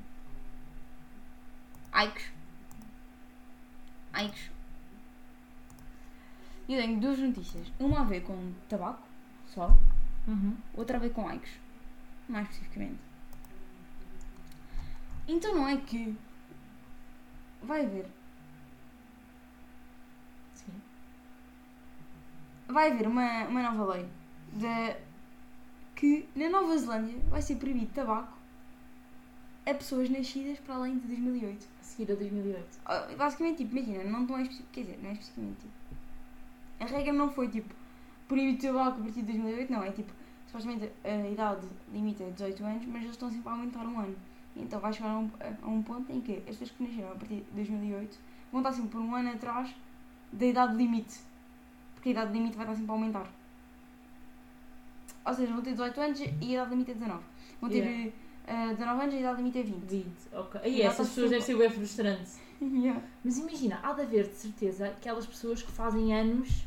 Aikos. E eu tenho duas notícias. Uma a ver com tabaco, só. Outra a ver com Aikos. Mais especificamente. Então não é que vai haver.
Sim.
Vai haver uma nova lei que na Nova Zelândia vai ser proibido tabaco a pessoas nascidas para além de 2008.
A seguir a 2008.
Basicamente, tipo, imagina, não é especificamente, tipo, a regra não foi, tipo, proibido tabaco a partir de 2008, não, é tipo, supostamente a idade limite é 18 anos, mas eles estão sempre a aumentar um ano. Então vai chegar a um ponto em que as pessoas que nasceram a partir de 2008 vão estar sempre por um ano atrás da idade limite. Porque a idade limite vai estar sempre a aumentar. Ou seja, vão ter 18 anos e a idade limite é 19. Vão ter 19 anos e a idade limite é 20.
Ok. E essas pessoas devem ser bem frustrantes.
Yeah.
Mas imagina, há de haver de certeza aquelas pessoas que fazem anos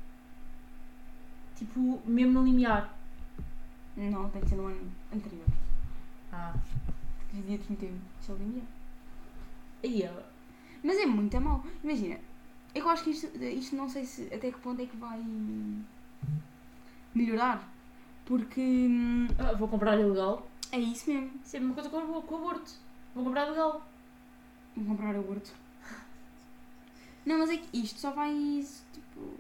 tipo, mesmo no limiar.
Não, tem que ser no ano anterior. Porque dia 31, isso é o limiar.
Aí ela.
Mas é muito mau. Imagina, eu acho que isto não sei se até que ponto é que vai melhorar. Porque
Vou comprar ilegal.
é isso mesmo.
Isso é a mesma coisa com o aborto. Vou comprar ilegal.
Vou comprar aborto. Não, mas é que isto só vai, tipo,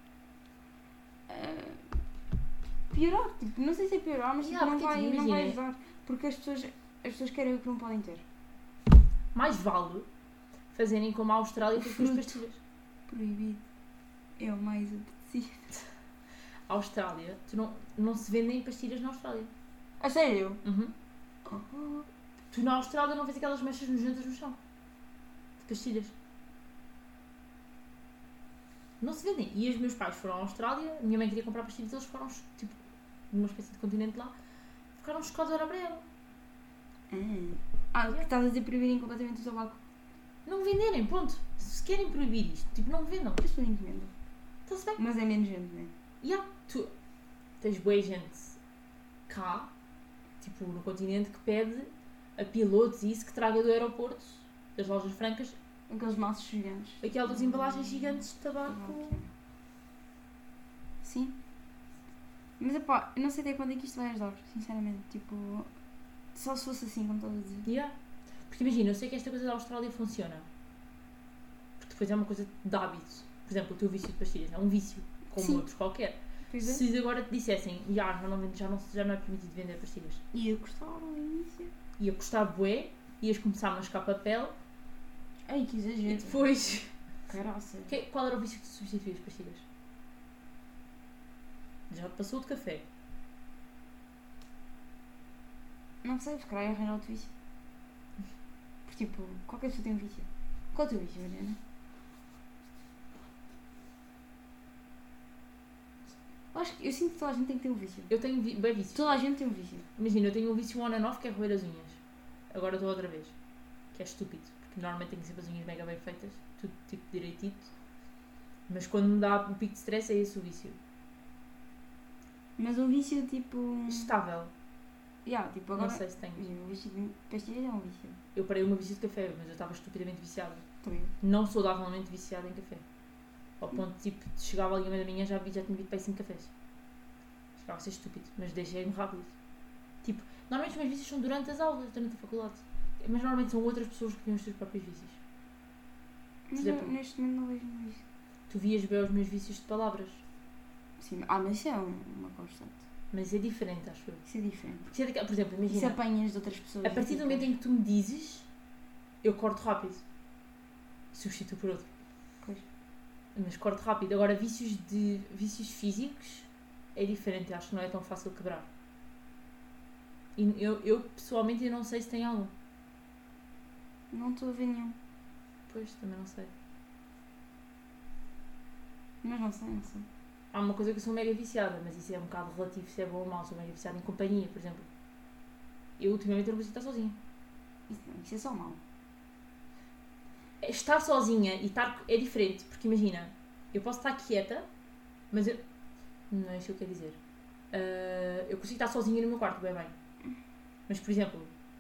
piorar. Tipo, não sei se é piorar, mas tipo, não vai ajudar. Porque as pessoas querem o que não podem ter.
Mais vale fazerem como a Austrália fez com as pastilhas.
Proibido. É o mais apetecido.
A Austrália, não se vendem pastilhas na Austrália.
A sério?
Tu na Austrália não vês aquelas mechas nojentas no chão. De pastilhas. Não se vendem. E os meus pais foram à Austrália, a minha mãe queria comprar pastilhas, eles foram, tipo, numa espécie de continente lá, ficaram chocados a olhar para ela.
Que estás a dizer proibirem completamente o tabaco.
Não venderem, ponto. Se querem proibir isto, tipo, não vendam.
As pessoas encomendam.
Está-se bem.
Mas é menos gente, não é?
Tu tens boa gente cá, tipo, no continente, que pede a pilotos e isso que traga do aeroporto, das lojas francas,
Aqueles maços gigantes.
aquelas embalagens gigantes de tabaco.
Sim. Mas epá, eu não sei até quando é que isto vai ajudar, sinceramente. Tipo, só se fosse assim, como estás a dizer.
Porque imagina, eu sei que esta coisa da Austrália funciona. Porque depois é uma coisa de hábito. Por exemplo, o teu vício de pastilhas é um vício, como
Sim.
outro qualquer.
Pois é.
Se agora te dissessem, já não é permitido vender pastilhas.
Ia custar ao início.
Ia custar bué, ias começar a mascar papel.
Ai, que exagero.
E depois...
Caraca.
Qual era o vício que tu substituías pastilhas? Já te passou de café?
Não sei, se calhar arranjar outro vício. Porque tipo, qualquer pessoa tem um vício. Qual é o teu vício, Mariana? Eu sinto que toda a gente tem que ter um vício.
Eu tenho bem vício.
Toda a gente tem um vício.
Imagina, eu tenho um vício on and off que é roer as unhas. Agora estou outra vez. Que é estúpido. Porque normalmente tenho sempre as unhas mega bem feitas. Tudo tipo direitito. Mas quando me dá um pico de stress é esse o vício.
Mas um vício tipo...
Estável.
Tipo agora...
Não sei se tenho.
Imagina, o vício de pastilhas é um vício.
Eu parei o meu vício de café, mas eu estava estupidamente viciada.
Também.
Não saudavelmente viciada em café. Ao ponto, tipo, de chegava ali à meia da manhã já tinha bebido para 5 cafés. Chegava a ser estúpido, mas deixei-me rápido. Tipo, normalmente os meus vícios são durante as aulas, durante a faculdade. Mas normalmente são outras pessoas que criam os teus próprios vícios.
Mas
exemplo,
neste momento não vejo mais isso.
Tu vias bem os meus vícios de palavras.
Sim, mas isso é uma constante.
Mas é diferente, acho eu.
Isso é diferente.
Porque, por exemplo,
Isso
imagina,
apanhas de outras pessoas.
a partir do momento em que tu me dizes, eu corto rápido. Substituo por outro.
Pois.
Mas corto rápido. Agora, vícios físicos é diferente. Acho que não é tão fácil quebrar. E eu pessoalmente, eu não sei se tem algum.
Não estou a ver nenhum.
Pois, também não sei.
Mas não sei.
Há uma coisa que eu sou mega viciada, mas isso é um bocado relativo se é bom ou mau. Sou mega viciada em companhia, por exemplo. Eu ultimamente não consigo estar sozinha.
Isso é só mau.
Estar sozinha e estar é diferente, porque imagina, eu posso estar quieta, mas eu. Não é isso que eu quero dizer. Eu consigo estar sozinha no meu quarto, bem. Mas, por exemplo.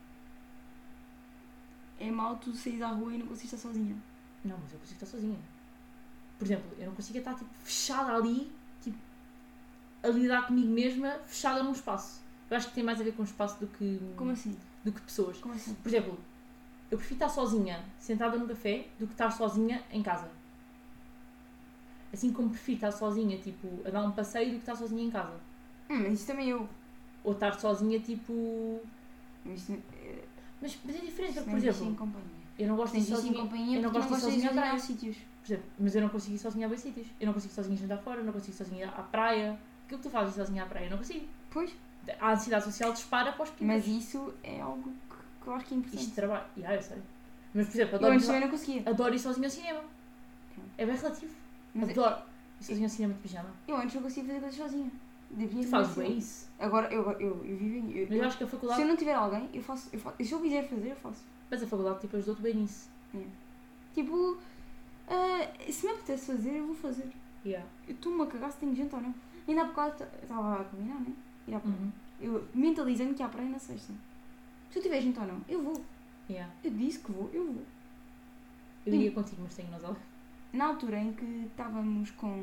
É mau tu saís à rua e não consegues estar sozinha.
Não, mas eu consigo estar sozinha. Por exemplo, eu não consigo estar tipo, fechada ali, tipo, a lidar comigo mesma, fechada num espaço. Eu acho que tem mais a ver com espaço do que.
Como assim?
Do que pessoas.
Como assim?
Por exemplo, eu prefiro estar sozinha, sentada num café, do que estar sozinha em casa. Assim como prefiro estar sozinha, tipo, a dar um passeio, do que estar sozinha em casa.
Mas isso também eu.
Ou estar sozinha, tipo.
Mas
Mas é diferente, porque, por
não existe
exemplo,
em companhia.
eu não gosto de ir
Existe em
sozinha.
companhia
Eu não
porque
gosto de ir
não
sozinha à praia.
aos sítios.
Por exemplo, mas eu não consigo ir sozinha a vários sítios. Eu não consigo ir sozinha jantar fora, eu não consigo ir sozinha à praia. Aquilo que tu fazes sozinha à praia, eu não consigo.
Pois.
A ansiedade social dispara para os pingos.
Mas isso é algo que eu acho que é importante.
Isto de trabalho. Eu sei. Mas, por exemplo,
Eu
adoro,
antes também não conseguia.
adoro ir sozinha ao cinema. É bem relativo.
Mas
Adoro ir sozinha ao cinema de pijama.
eu antes não conseguia fazer coisas sozinha.
Tu fazes bem isso.
Agora eu vivo em.
Mas eu acho que a
Se
faculdade.
eu não tiver alguém, eu faço. Se eu quiser fazer, eu faço.
Mas a faculdade tipo, ajudou-te bem nisso.
Tipo, se me apetece fazer, eu vou fazer.
Yeah.
Eu estou-me a cagar se tenho gente ou não. Ainda há bocado estava a combinar, né? Ir à praia.
Uhum.
Eu mentalizei-me que há praia na sexta. Se eu tiver gente ou não, eu vou.
Yeah.
Eu disse que vou, eu vou.
Eu iria contigo, mas tenho nasal.
Na altura em que estávamos com.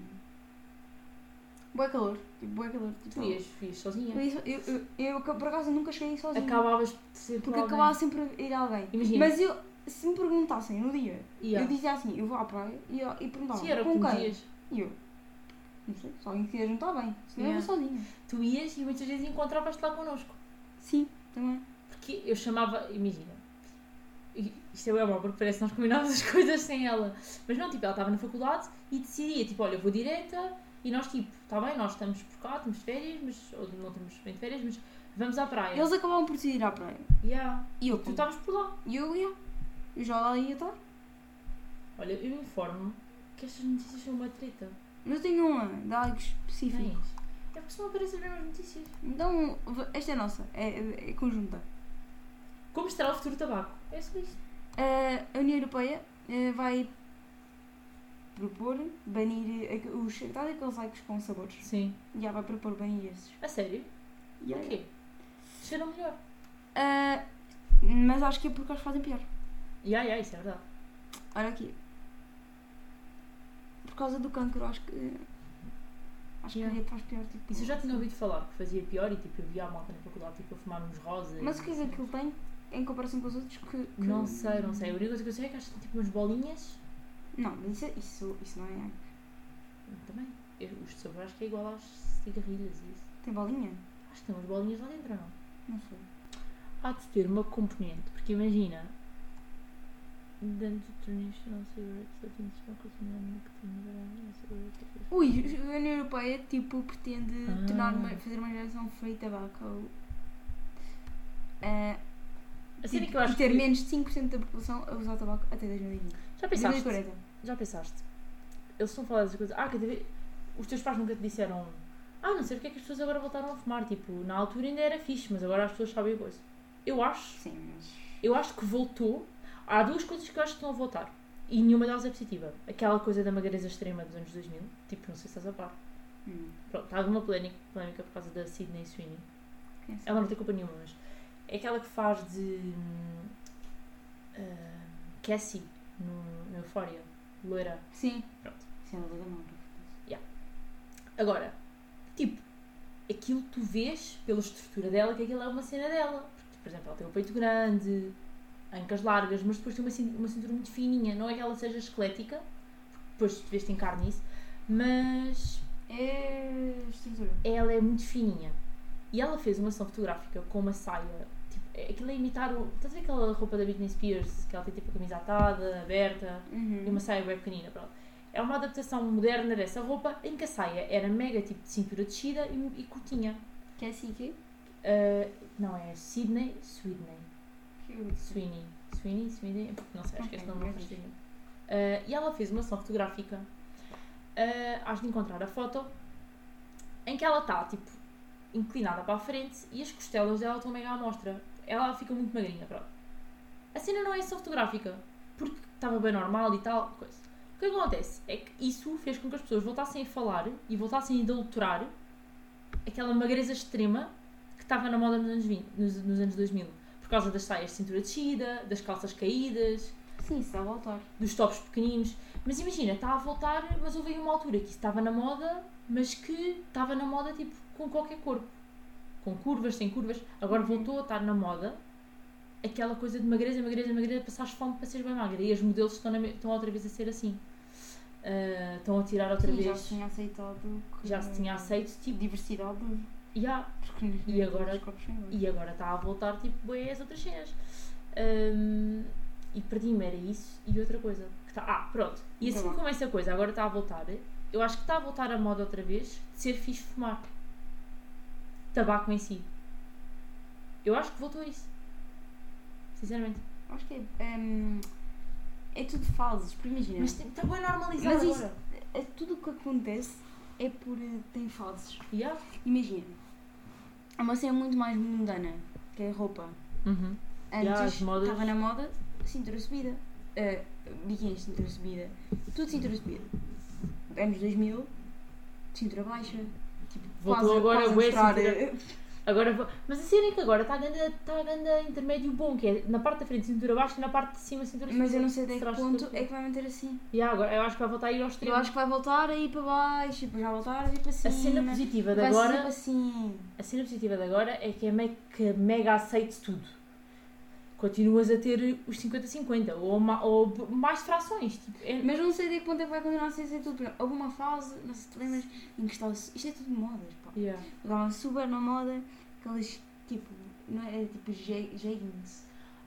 Bué calor. Tipo, bué calor. Tipo,
Tu ias sozinha.
eu por acaso nunca cheguei sozinha.
Acabavas de ser
Porque acabava sempre a ir alguém.
Imagina.
Mas se me perguntassem no dia,
Yeah.
eu dizia assim, eu vou à praia e perguntava,
Sim, era
com
como
quem?
dias.
E eu, não sei, se alguém quiser juntar bem, senão
Yeah.
eu vou sozinha.
Tu ias e muitas vezes encontravas-te lá connosco.
Sim, também.
Porque eu chamava, imagina, isto é bem mal porque parece que nós combinávamos as coisas sem ela. Mas não, tipo, ela estava na faculdade e decidia, tipo, olha, eu vou direta e nós, tipo, está bem, nós estamos por cá, temos férias, mas, ou não temos bem de férias, mas vamos à praia.
Eles acabavam por decidir ir à praia.
Yeah.
E eu,
Tu estavas por lá.
E eu ia. Eu já lá ia estar.
Olha, eu informo que estas notícias são uma treta.
Mas eu tenho uma, de algo específico.
Tens? É porque só aparecem as mesmas notícias.
Então, esta é nossa, é conjunta.
Como estará o futuro do tabaco? É só isto.
A União Europeia vai propor banir os aqueles likes com sabores.
Sim.
Já vai propor banir esses.
A sério? Porquê? Cheiram melhor.
Mas acho que é porque eles fazem pior.
Isso é verdade.
Olha aqui. Por causa do cancro, acho que faz pior. Tipo,
Isso eu já tinha ouvido falar, que fazia pior e tipo, eu via a malta na faculdade tipo, a fumar uns rosas.
Mas o que é que aquilo tem em comparação com os outros que...
Não sei. A única coisa que eu sei é que acho que tem tipo umas bolinhas.
Não, mas isso não é...
Também. Os de sabor acho que é igual às cigarrilhas e isso.
Tem bolinha?
Acho que tem umas bolinhas lá dentro, não?
Não sei.
Há de ter uma componente, porque imagina. Dentro do traditional cigarettes,
Ui, a União Europeia tipo pretende fazer uma geração free tabaco
A sério que eu acho
e ter
que...
menos de 5% da população a usar tabaco até 2020.
Já pensaste?
2040.
Já pensaste? Eles estão a falar dessas coisas. Quer dizer, os teus pais nunca te disseram não sei porque é que as pessoas agora voltaram a fumar. Tipo, na altura ainda era fixe, mas agora as pessoas sabem a coisa. Eu acho.
Sim, mas...
Eu acho que voltou. Há duas coisas que eu acho que estão a voltar. E nenhuma delas é positiva. Aquela coisa da magreza extrema dos anos 2000. Tipo, não sei se estás a par. Pronto, está alguma polémica por causa da Sydney Sweeney. Ela não tem culpa nenhuma, mas é aquela que faz de Cassie no Euphoria. Loira.
Sim.
Pronto.
Sim, ela da mão.
Agora, tipo, aquilo tu vês pela estrutura dela que aquilo é uma cena dela. Porque, por exemplo, ela tem o peito grande, ancas largas, mas depois tem uma cintura muito fininha. Não é que ela seja esquelética, porque depois tu vês em carne isso, mas
É estrutura.
ela é muito fininha. E ela fez uma sessão fotográfica com uma saia, tipo, aquilo é imitar o... Estás a ver aquela roupa da Britney Spears, que ela tem tipo a camisa atada, aberta, e uma saia bem pequenina, pronto. É uma adaptação moderna dessa roupa, em que a saia era mega tipo de cintura descida e curtinha.
Que é assim que?
Não, é Sweeney, não sei, acho que esse nome não faz sentido. E ela fez uma sessão fotográfica, has de encontrar a foto, em que ela está, tipo, inclinada para a frente e as costelas dela estão mega à mostra. Ela fica muito magrinha, pronto. A cena não é sessão fotográfica, porque estava bem normal e tal, coisa. O que acontece é que isso fez com que as pessoas voltassem a falar e voltassem a adulterar aquela magreza extrema que estava na moda nos anos 20, nos anos 2000. Por causa das saias de cintura descida, das calças caídas...
Sim, isso está a voltar.
Dos tops pequeninos. Mas imagina, está a voltar, mas houve aí uma altura que isso estava na moda, mas que estava na moda tipo com qualquer corpo. Com curvas, sem curvas. Agora voltou a estar na moda aquela coisa de magreza, passares fome para seres bem magra. E os modelos estão outra vez a ser assim. Estão a tirar outra vez.
Já se tinha aceitado.
Já se tinha aceito, tipo.
Diversidade.
Yeah. E agora está a voltar, tipo, bem as outras cenas. E perdi-me, era isso e outra coisa. Pronto. E assim como essa coisa agora está a voltar, eu acho que está a voltar a moda outra vez de ser fixe fumar. Tabaco em si. Eu acho que voltou a isso. Sinceramente.
Acho que é tudo fases, porque imagina.
Mas está bem normalizado
mas
agora.
Isso, tudo o que acontece é por tem fases.
Yeah.
Imagina. É uma cena muito mais mundana, que é a roupa. Antes estava na moda cintura subida. Biquíni, cintura subida. Tudo cintura subida. Anos 2000, cintura baixa. Tipo,
voltou agora a
mostrar.
Agora, mas a cena é que agora está a grande intermédio bom, que é na parte da frente cintura baixa e na parte de cima cintura subida.
Mas eu não sei até que ponto é que vai manter assim.
Agora, eu acho que vai voltar a ir aos extremos.
Eu acho que vai voltar a ir para baixo e depois vai voltar a ir para cima.
A cena positiva de agora...
Assim.
A cena positiva de agora é que é mega aceite tudo. Continuas a ter os 50-50 ou mais frações. Tipo,
Mas não sei até que ponto é que vai continuar a ser tudo. Porque houve uma fase, não sei se te lembras, em que estava. Isto é tudo de modas, pá. Estava super na moda, aquelas tipo. Não é tipo jeggings.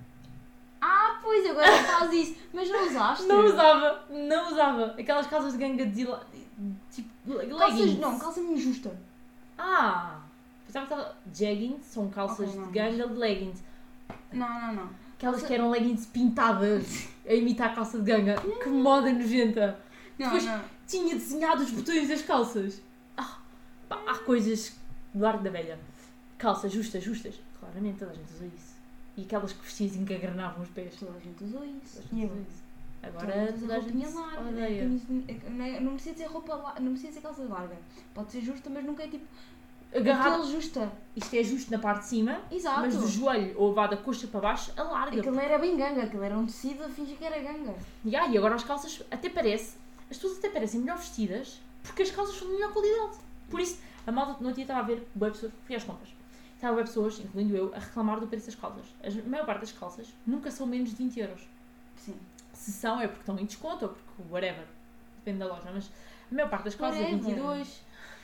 Pois agora faz isso, mas não usaste?
Não usava. Aquelas calças de ganga tipo leggings.
Calça injusta.
Pensava que estava. Jeggings são calças de ganga de leggings.
Não.
Aquelas que eram leggings pintadas a imitar a calça de ganga. Que moda nojenta. Depois tinha desenhado os botões das calças. Há coisas do arco da velha. Calças justas. Claramente toda a gente usou isso. E aquelas que vestiam e encagranavam os pés.
Toda a gente usou isso.
Agora toda a gente odeia.
Não precisa ser roupa não precisa ser calça larga. Pode ser justa, mas nunca é tipo
agarrado.
Justa.
Isto é justo na parte de cima.
Exato.
Mas do joelho ou vá da coxa para baixo, alarga.
Aquilo não era bem ganga, aquilo era um tecido a fingir que era ganga.
E agora as calças até parece, as pessoas até parecem melhor vestidas porque as calças são de melhor qualidade. Por isso, a malta no dia estava a ver web pessoas, fui às compras. Estava web pessoas, incluindo eu, a reclamar do preço das calças. A maior parte das calças nunca são menos de 20€.
Sim.
Se são é porque estão em desconto ou porque whatever. Depende da loja, mas a maior parte das calças é 22.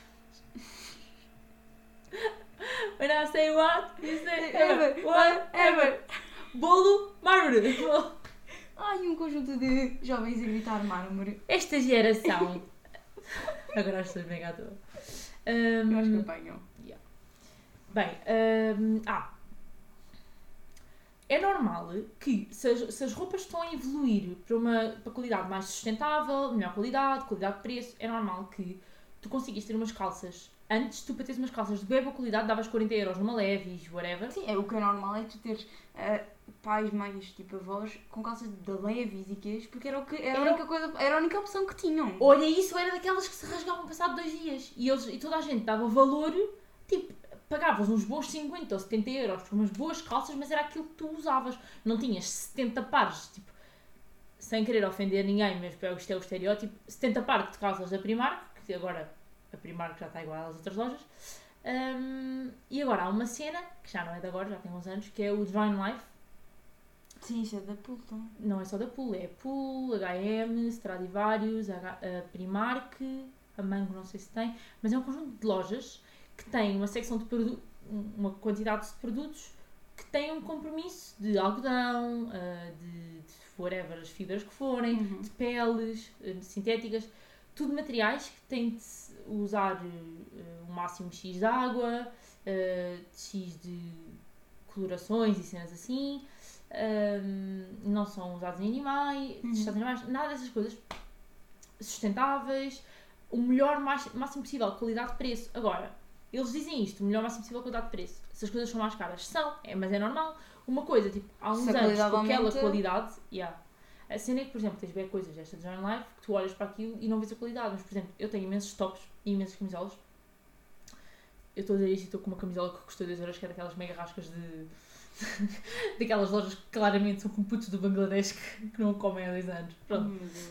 When I say what, you say ever, whatever. Bolo, mármore.
Um conjunto de jovens a gritar mármore.
Esta geração. Agora as pessoas bem à toa.
Eu acho que apanham.
Bem, é normal que se as roupas estão a evoluir para qualidade mais sustentável, melhor qualidade de preço, é normal que tu consigas ter umas calças. Antes, tu para teres umas calças de boa qualidade davas 40€ numa Levi's, whatever.
Sim, o que é normal é tu teres pais, mães, tipo avós, com calças da Levi's e quês, porque era a única coisa, era a única opção que tinham.
Olha, isso era daquelas que se rasgavam passado 2 dias. E toda a gente dava valor, tipo, pagavas uns bons 50 ou 70€ por umas boas calças, mas era aquilo que tu usavas. Não tinhas 70 pares, tipo, sem querer ofender ninguém, mas isto é o estereótipo, 70 par de calças da Primark, que agora a Primark já está igual às outras lojas. E agora há uma cena, que já não é de agora, já tem uns anos, que é o Divine Life.
Sim, isso é da Pool, então.
Não é só da Pool, é Pool, H&M, Stradivarius, a Primark, a Mango não sei se tem, mas é um conjunto de lojas que tem uma secção de uma quantidade de produtos que têm um compromisso de algodão, de whatever, as fibras que forem, de peles, sintéticas, tudo materiais que têm de usar o máximo X de água, X de colorações e cenas assim, não são usados em animais, nada dessas coisas, sustentáveis, o melhor máximo possível, qualidade-preço. Agora, eles dizem isto, o melhor máximo possível, qualidade-preço. Se as coisas são mais caras, são, mas é normal. Uma coisa, tipo, há uns anos com aquela qualidade, a cena é que, por exemplo, tens bem coisas desta Journey Life que tu olhas para aquilo e não vês a qualidade, mas, por exemplo, eu tenho imensos tops e imensas camisolas. Eu estou a dizer isto e estou com uma camisola que custou 2 euros, que é daquelas mega rascas daquelas lojas que claramente são com putos do Bangladesh que não comem há 2 anos. Pronto.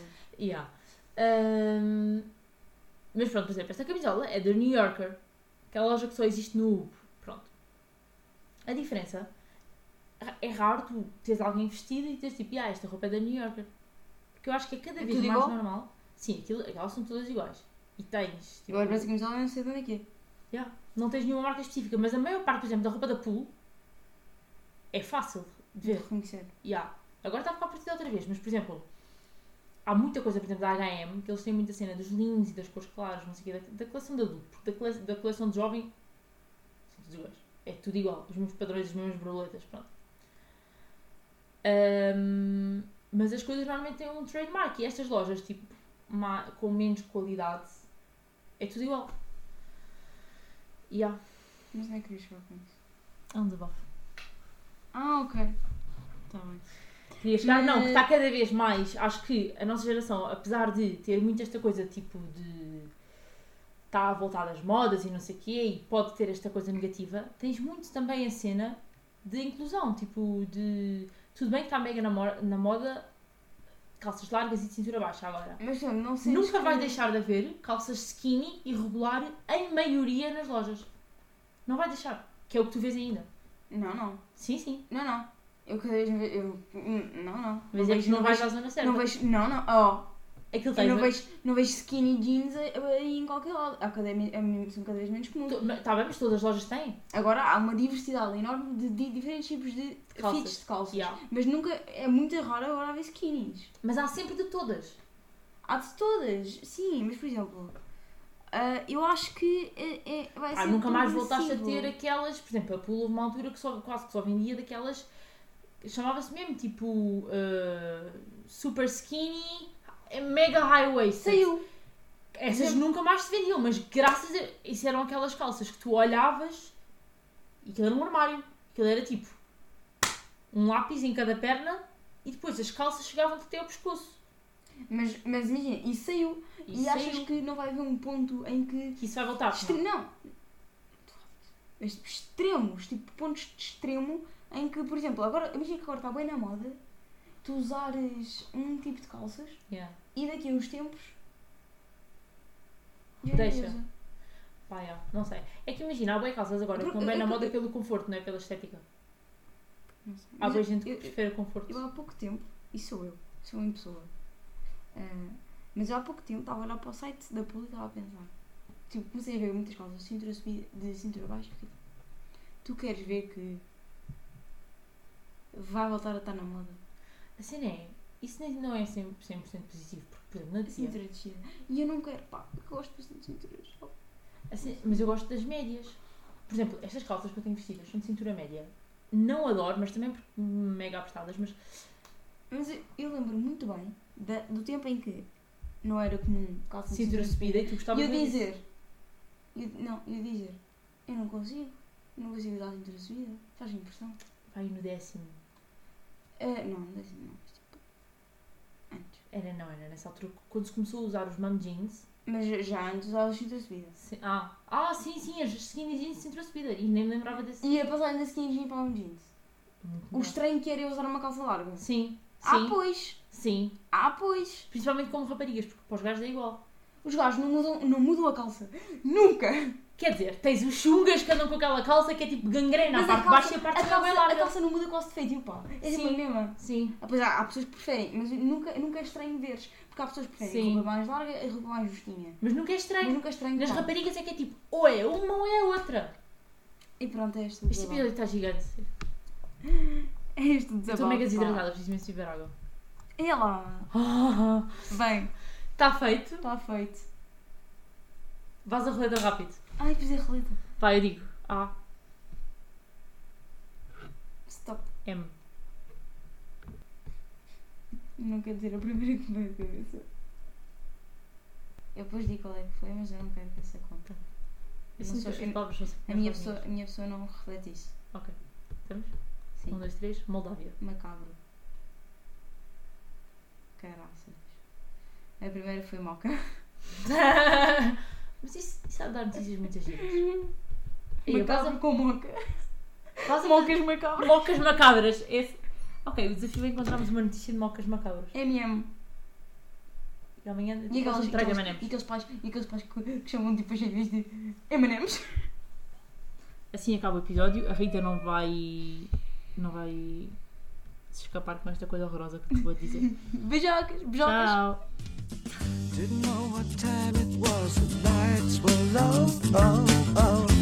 Mas pronto, por exemplo, esta camisola é da New Yorker, aquela loja que só existe no UB. Pronto. A diferença é raro tu teres alguém vestido e teres tipo, esta roupa é da New Yorker. Porque eu acho que é cada vez mais normal. Sim, aquelas são todas iguais. E tens.
Tipo, agora parece que a camisola não sei de onde é que é.
Não tens nenhuma marca específica, mas a maior parte, por exemplo, da roupa da Pool é fácil de ver.
Reconhecer.
Agora está a ficar partida outra vez, mas por exemplo, há muita coisa, por exemplo, da H&M, que eles têm muita cena dos linhos e das cores claras, não sei o quê, da coleção de adulto, porque da coleção de jovem são todos iguais. É tudo igual, os mesmos padrões, as mesmas borboletas, pronto. Mas as coisas normalmente têm um trademark e estas lojas, tipo, com menos qualidade, é tudo igual.
Mas não é que eu chegar com isso.
É um desabafo.
Ok. Está bem.
Queria chegar, não, que está cada vez mais, acho que a nossa geração, apesar de ter muito esta coisa, tipo, de estar a voltar às modas e não sei o quê, e pode ter esta coisa negativa, tens muito também a cena de inclusão, tipo, de... Tudo bem que está mega na moda calças largas e de cintura baixa agora.
Mas não sei.
Nunca vai deixar de haver calças skinny e regular em maioria nas lojas. Não vai deixar. Que é o que tu vês ainda.
Não.
Sim.
Não. Eu cada vez... Não.
Mas é que não vais à zona certa.
Não vejo... Não.
Aquilo
eu não vejo skinny jeans aí em qualquer lado. São cada vez menos comuns.
Está bem, mas todas as lojas têm.
Agora há uma diversidade enorme de diferentes tipos de fits de calças. Mas nunca... É muito raro agora haver skinnies.
Mas há sempre de todas.
Há de todas, sim. Mas, por exemplo... eu acho que vai ser
nunca mais voltaste a ter aquelas... Por exemplo, a Pool houve uma altura que quase que só vendia daquelas... Chamava-se mesmo, tipo... super skinny... Mega high waist.
Saiu.
Essas nunca mais se vendiam, mas graças a... Isso eram aquelas calças que tu olhavas e aquilo era um armário. Aquilo era tipo um lápis em cada perna e depois as calças chegavam-te até ao pescoço.
Mas imagina, isso saiu. E achas que não vai haver um ponto em que
isso vai voltar?
Não. Mas tipo, extremos, tipo pontos de extremo em que, por exemplo, agora, imagina que agora está bem na moda tu usares um tipo de calças e daqui a uns tempos
deixa. Não sei. É que imagina, há bem calças agora que estão bem na moda pelo conforto, não é pela estética.
Não sei.
Há bem gente que prefere conforto.
Eu há pouco tempo, e sou em pessoa, mas eu há pouco tempo estava a olhar para o site da Pool e estava a pensar, tipo, comecei a ver muitas calças de cintura subida, de cintura baixa, tipo, tu queres ver que vai voltar a estar na moda?
Assim é, isso não é 100% positivo, porque, por exemplo, na
cintura descida. E eu não quero, eu gosto bastante de cinturas.
Assim, mas eu gosto das médias. Por exemplo, estas calças que eu tenho vestidas são de cintura média. Não adoro, mas também porque mega apertadas, mas
eu lembro muito bem do tempo em que não era comum calça de
cintura subida e tu gostavas
de dizer. Eu não consigo usar a cintura subida. Faz impressão.
Vai no 10º.
Não, no 10º não. Tipo, antes.
Era nessa altura quando se começou a usar os mom jeans.
Mas já antes usava a cintura subida.
Sim, as skinny jeans de cintura subida. E nem me lembrava desse.
E ia passar da skinny jeans para mom jeans. O estranho que era eu usar uma calça larga.
Sim. Sim.
Pois.
Sim.
Pois.
Principalmente como raparigas, porque para os gajos é igual.
Os gajos não mudam a calça. Nunca.
Quer dizer, tens os chungas que andam com aquela calça que é tipo gangrena, a parte de baixo e a parte de cima é
A
larga.
calça não muda quase de feitio, pá. É sempre a mesma.
Sim.
Pois há pessoas que preferem, mas nunca é estranho veres. Porque há pessoas que preferem
Sim.
roupa mais larga e roupa mais justinha.
Mas nunca é estranho.
Mas nunca é estranho.
Nas
pá.
raparigas é que é tipo, ou é uma ou é a outra.
E pronto, é este
Este episódio está gigante.
É este
Estou
desabafo.
mega desidratada, preciso mesmo beber água.
É lá. Bem,
Está feito.
está feito.
Vais a roleta rápido.
Ai, fiz a roleta.
Vai, eu digo. A,
Stop.
M.
Não quero dizer a primeira que me veio à cabeça. Eu depois digo qual é que foi, mas eu não quero que essa conta.
Eu
Não
sinto
sou-
que as palavras são
A minha pessoa não reflete isso.
Ok. Estamos?
Sim.
1, 2, 3. Moldávia.
Macabro. Caraças. A primeira foi moca.
Mas isso há de dar notícias muito giras.
Macabro com moca.
Vas a
Mocas macabras.
Mocas macabras. Ok, o desafio é encontrarmos uma notícia de mocas macabras.
M&M.
E amanhã
E aqueles,
entrega
e
M&M's.
aqueles pais que chamam tipo as gêmeas de M&M's.
Assim acaba o episódio. A Rita não vai se escapar com esta coisa horrorosa que te vou dizer.
Beijocas.
Tchau.
Didn't know what time it was, the lights were low. Oh, oh.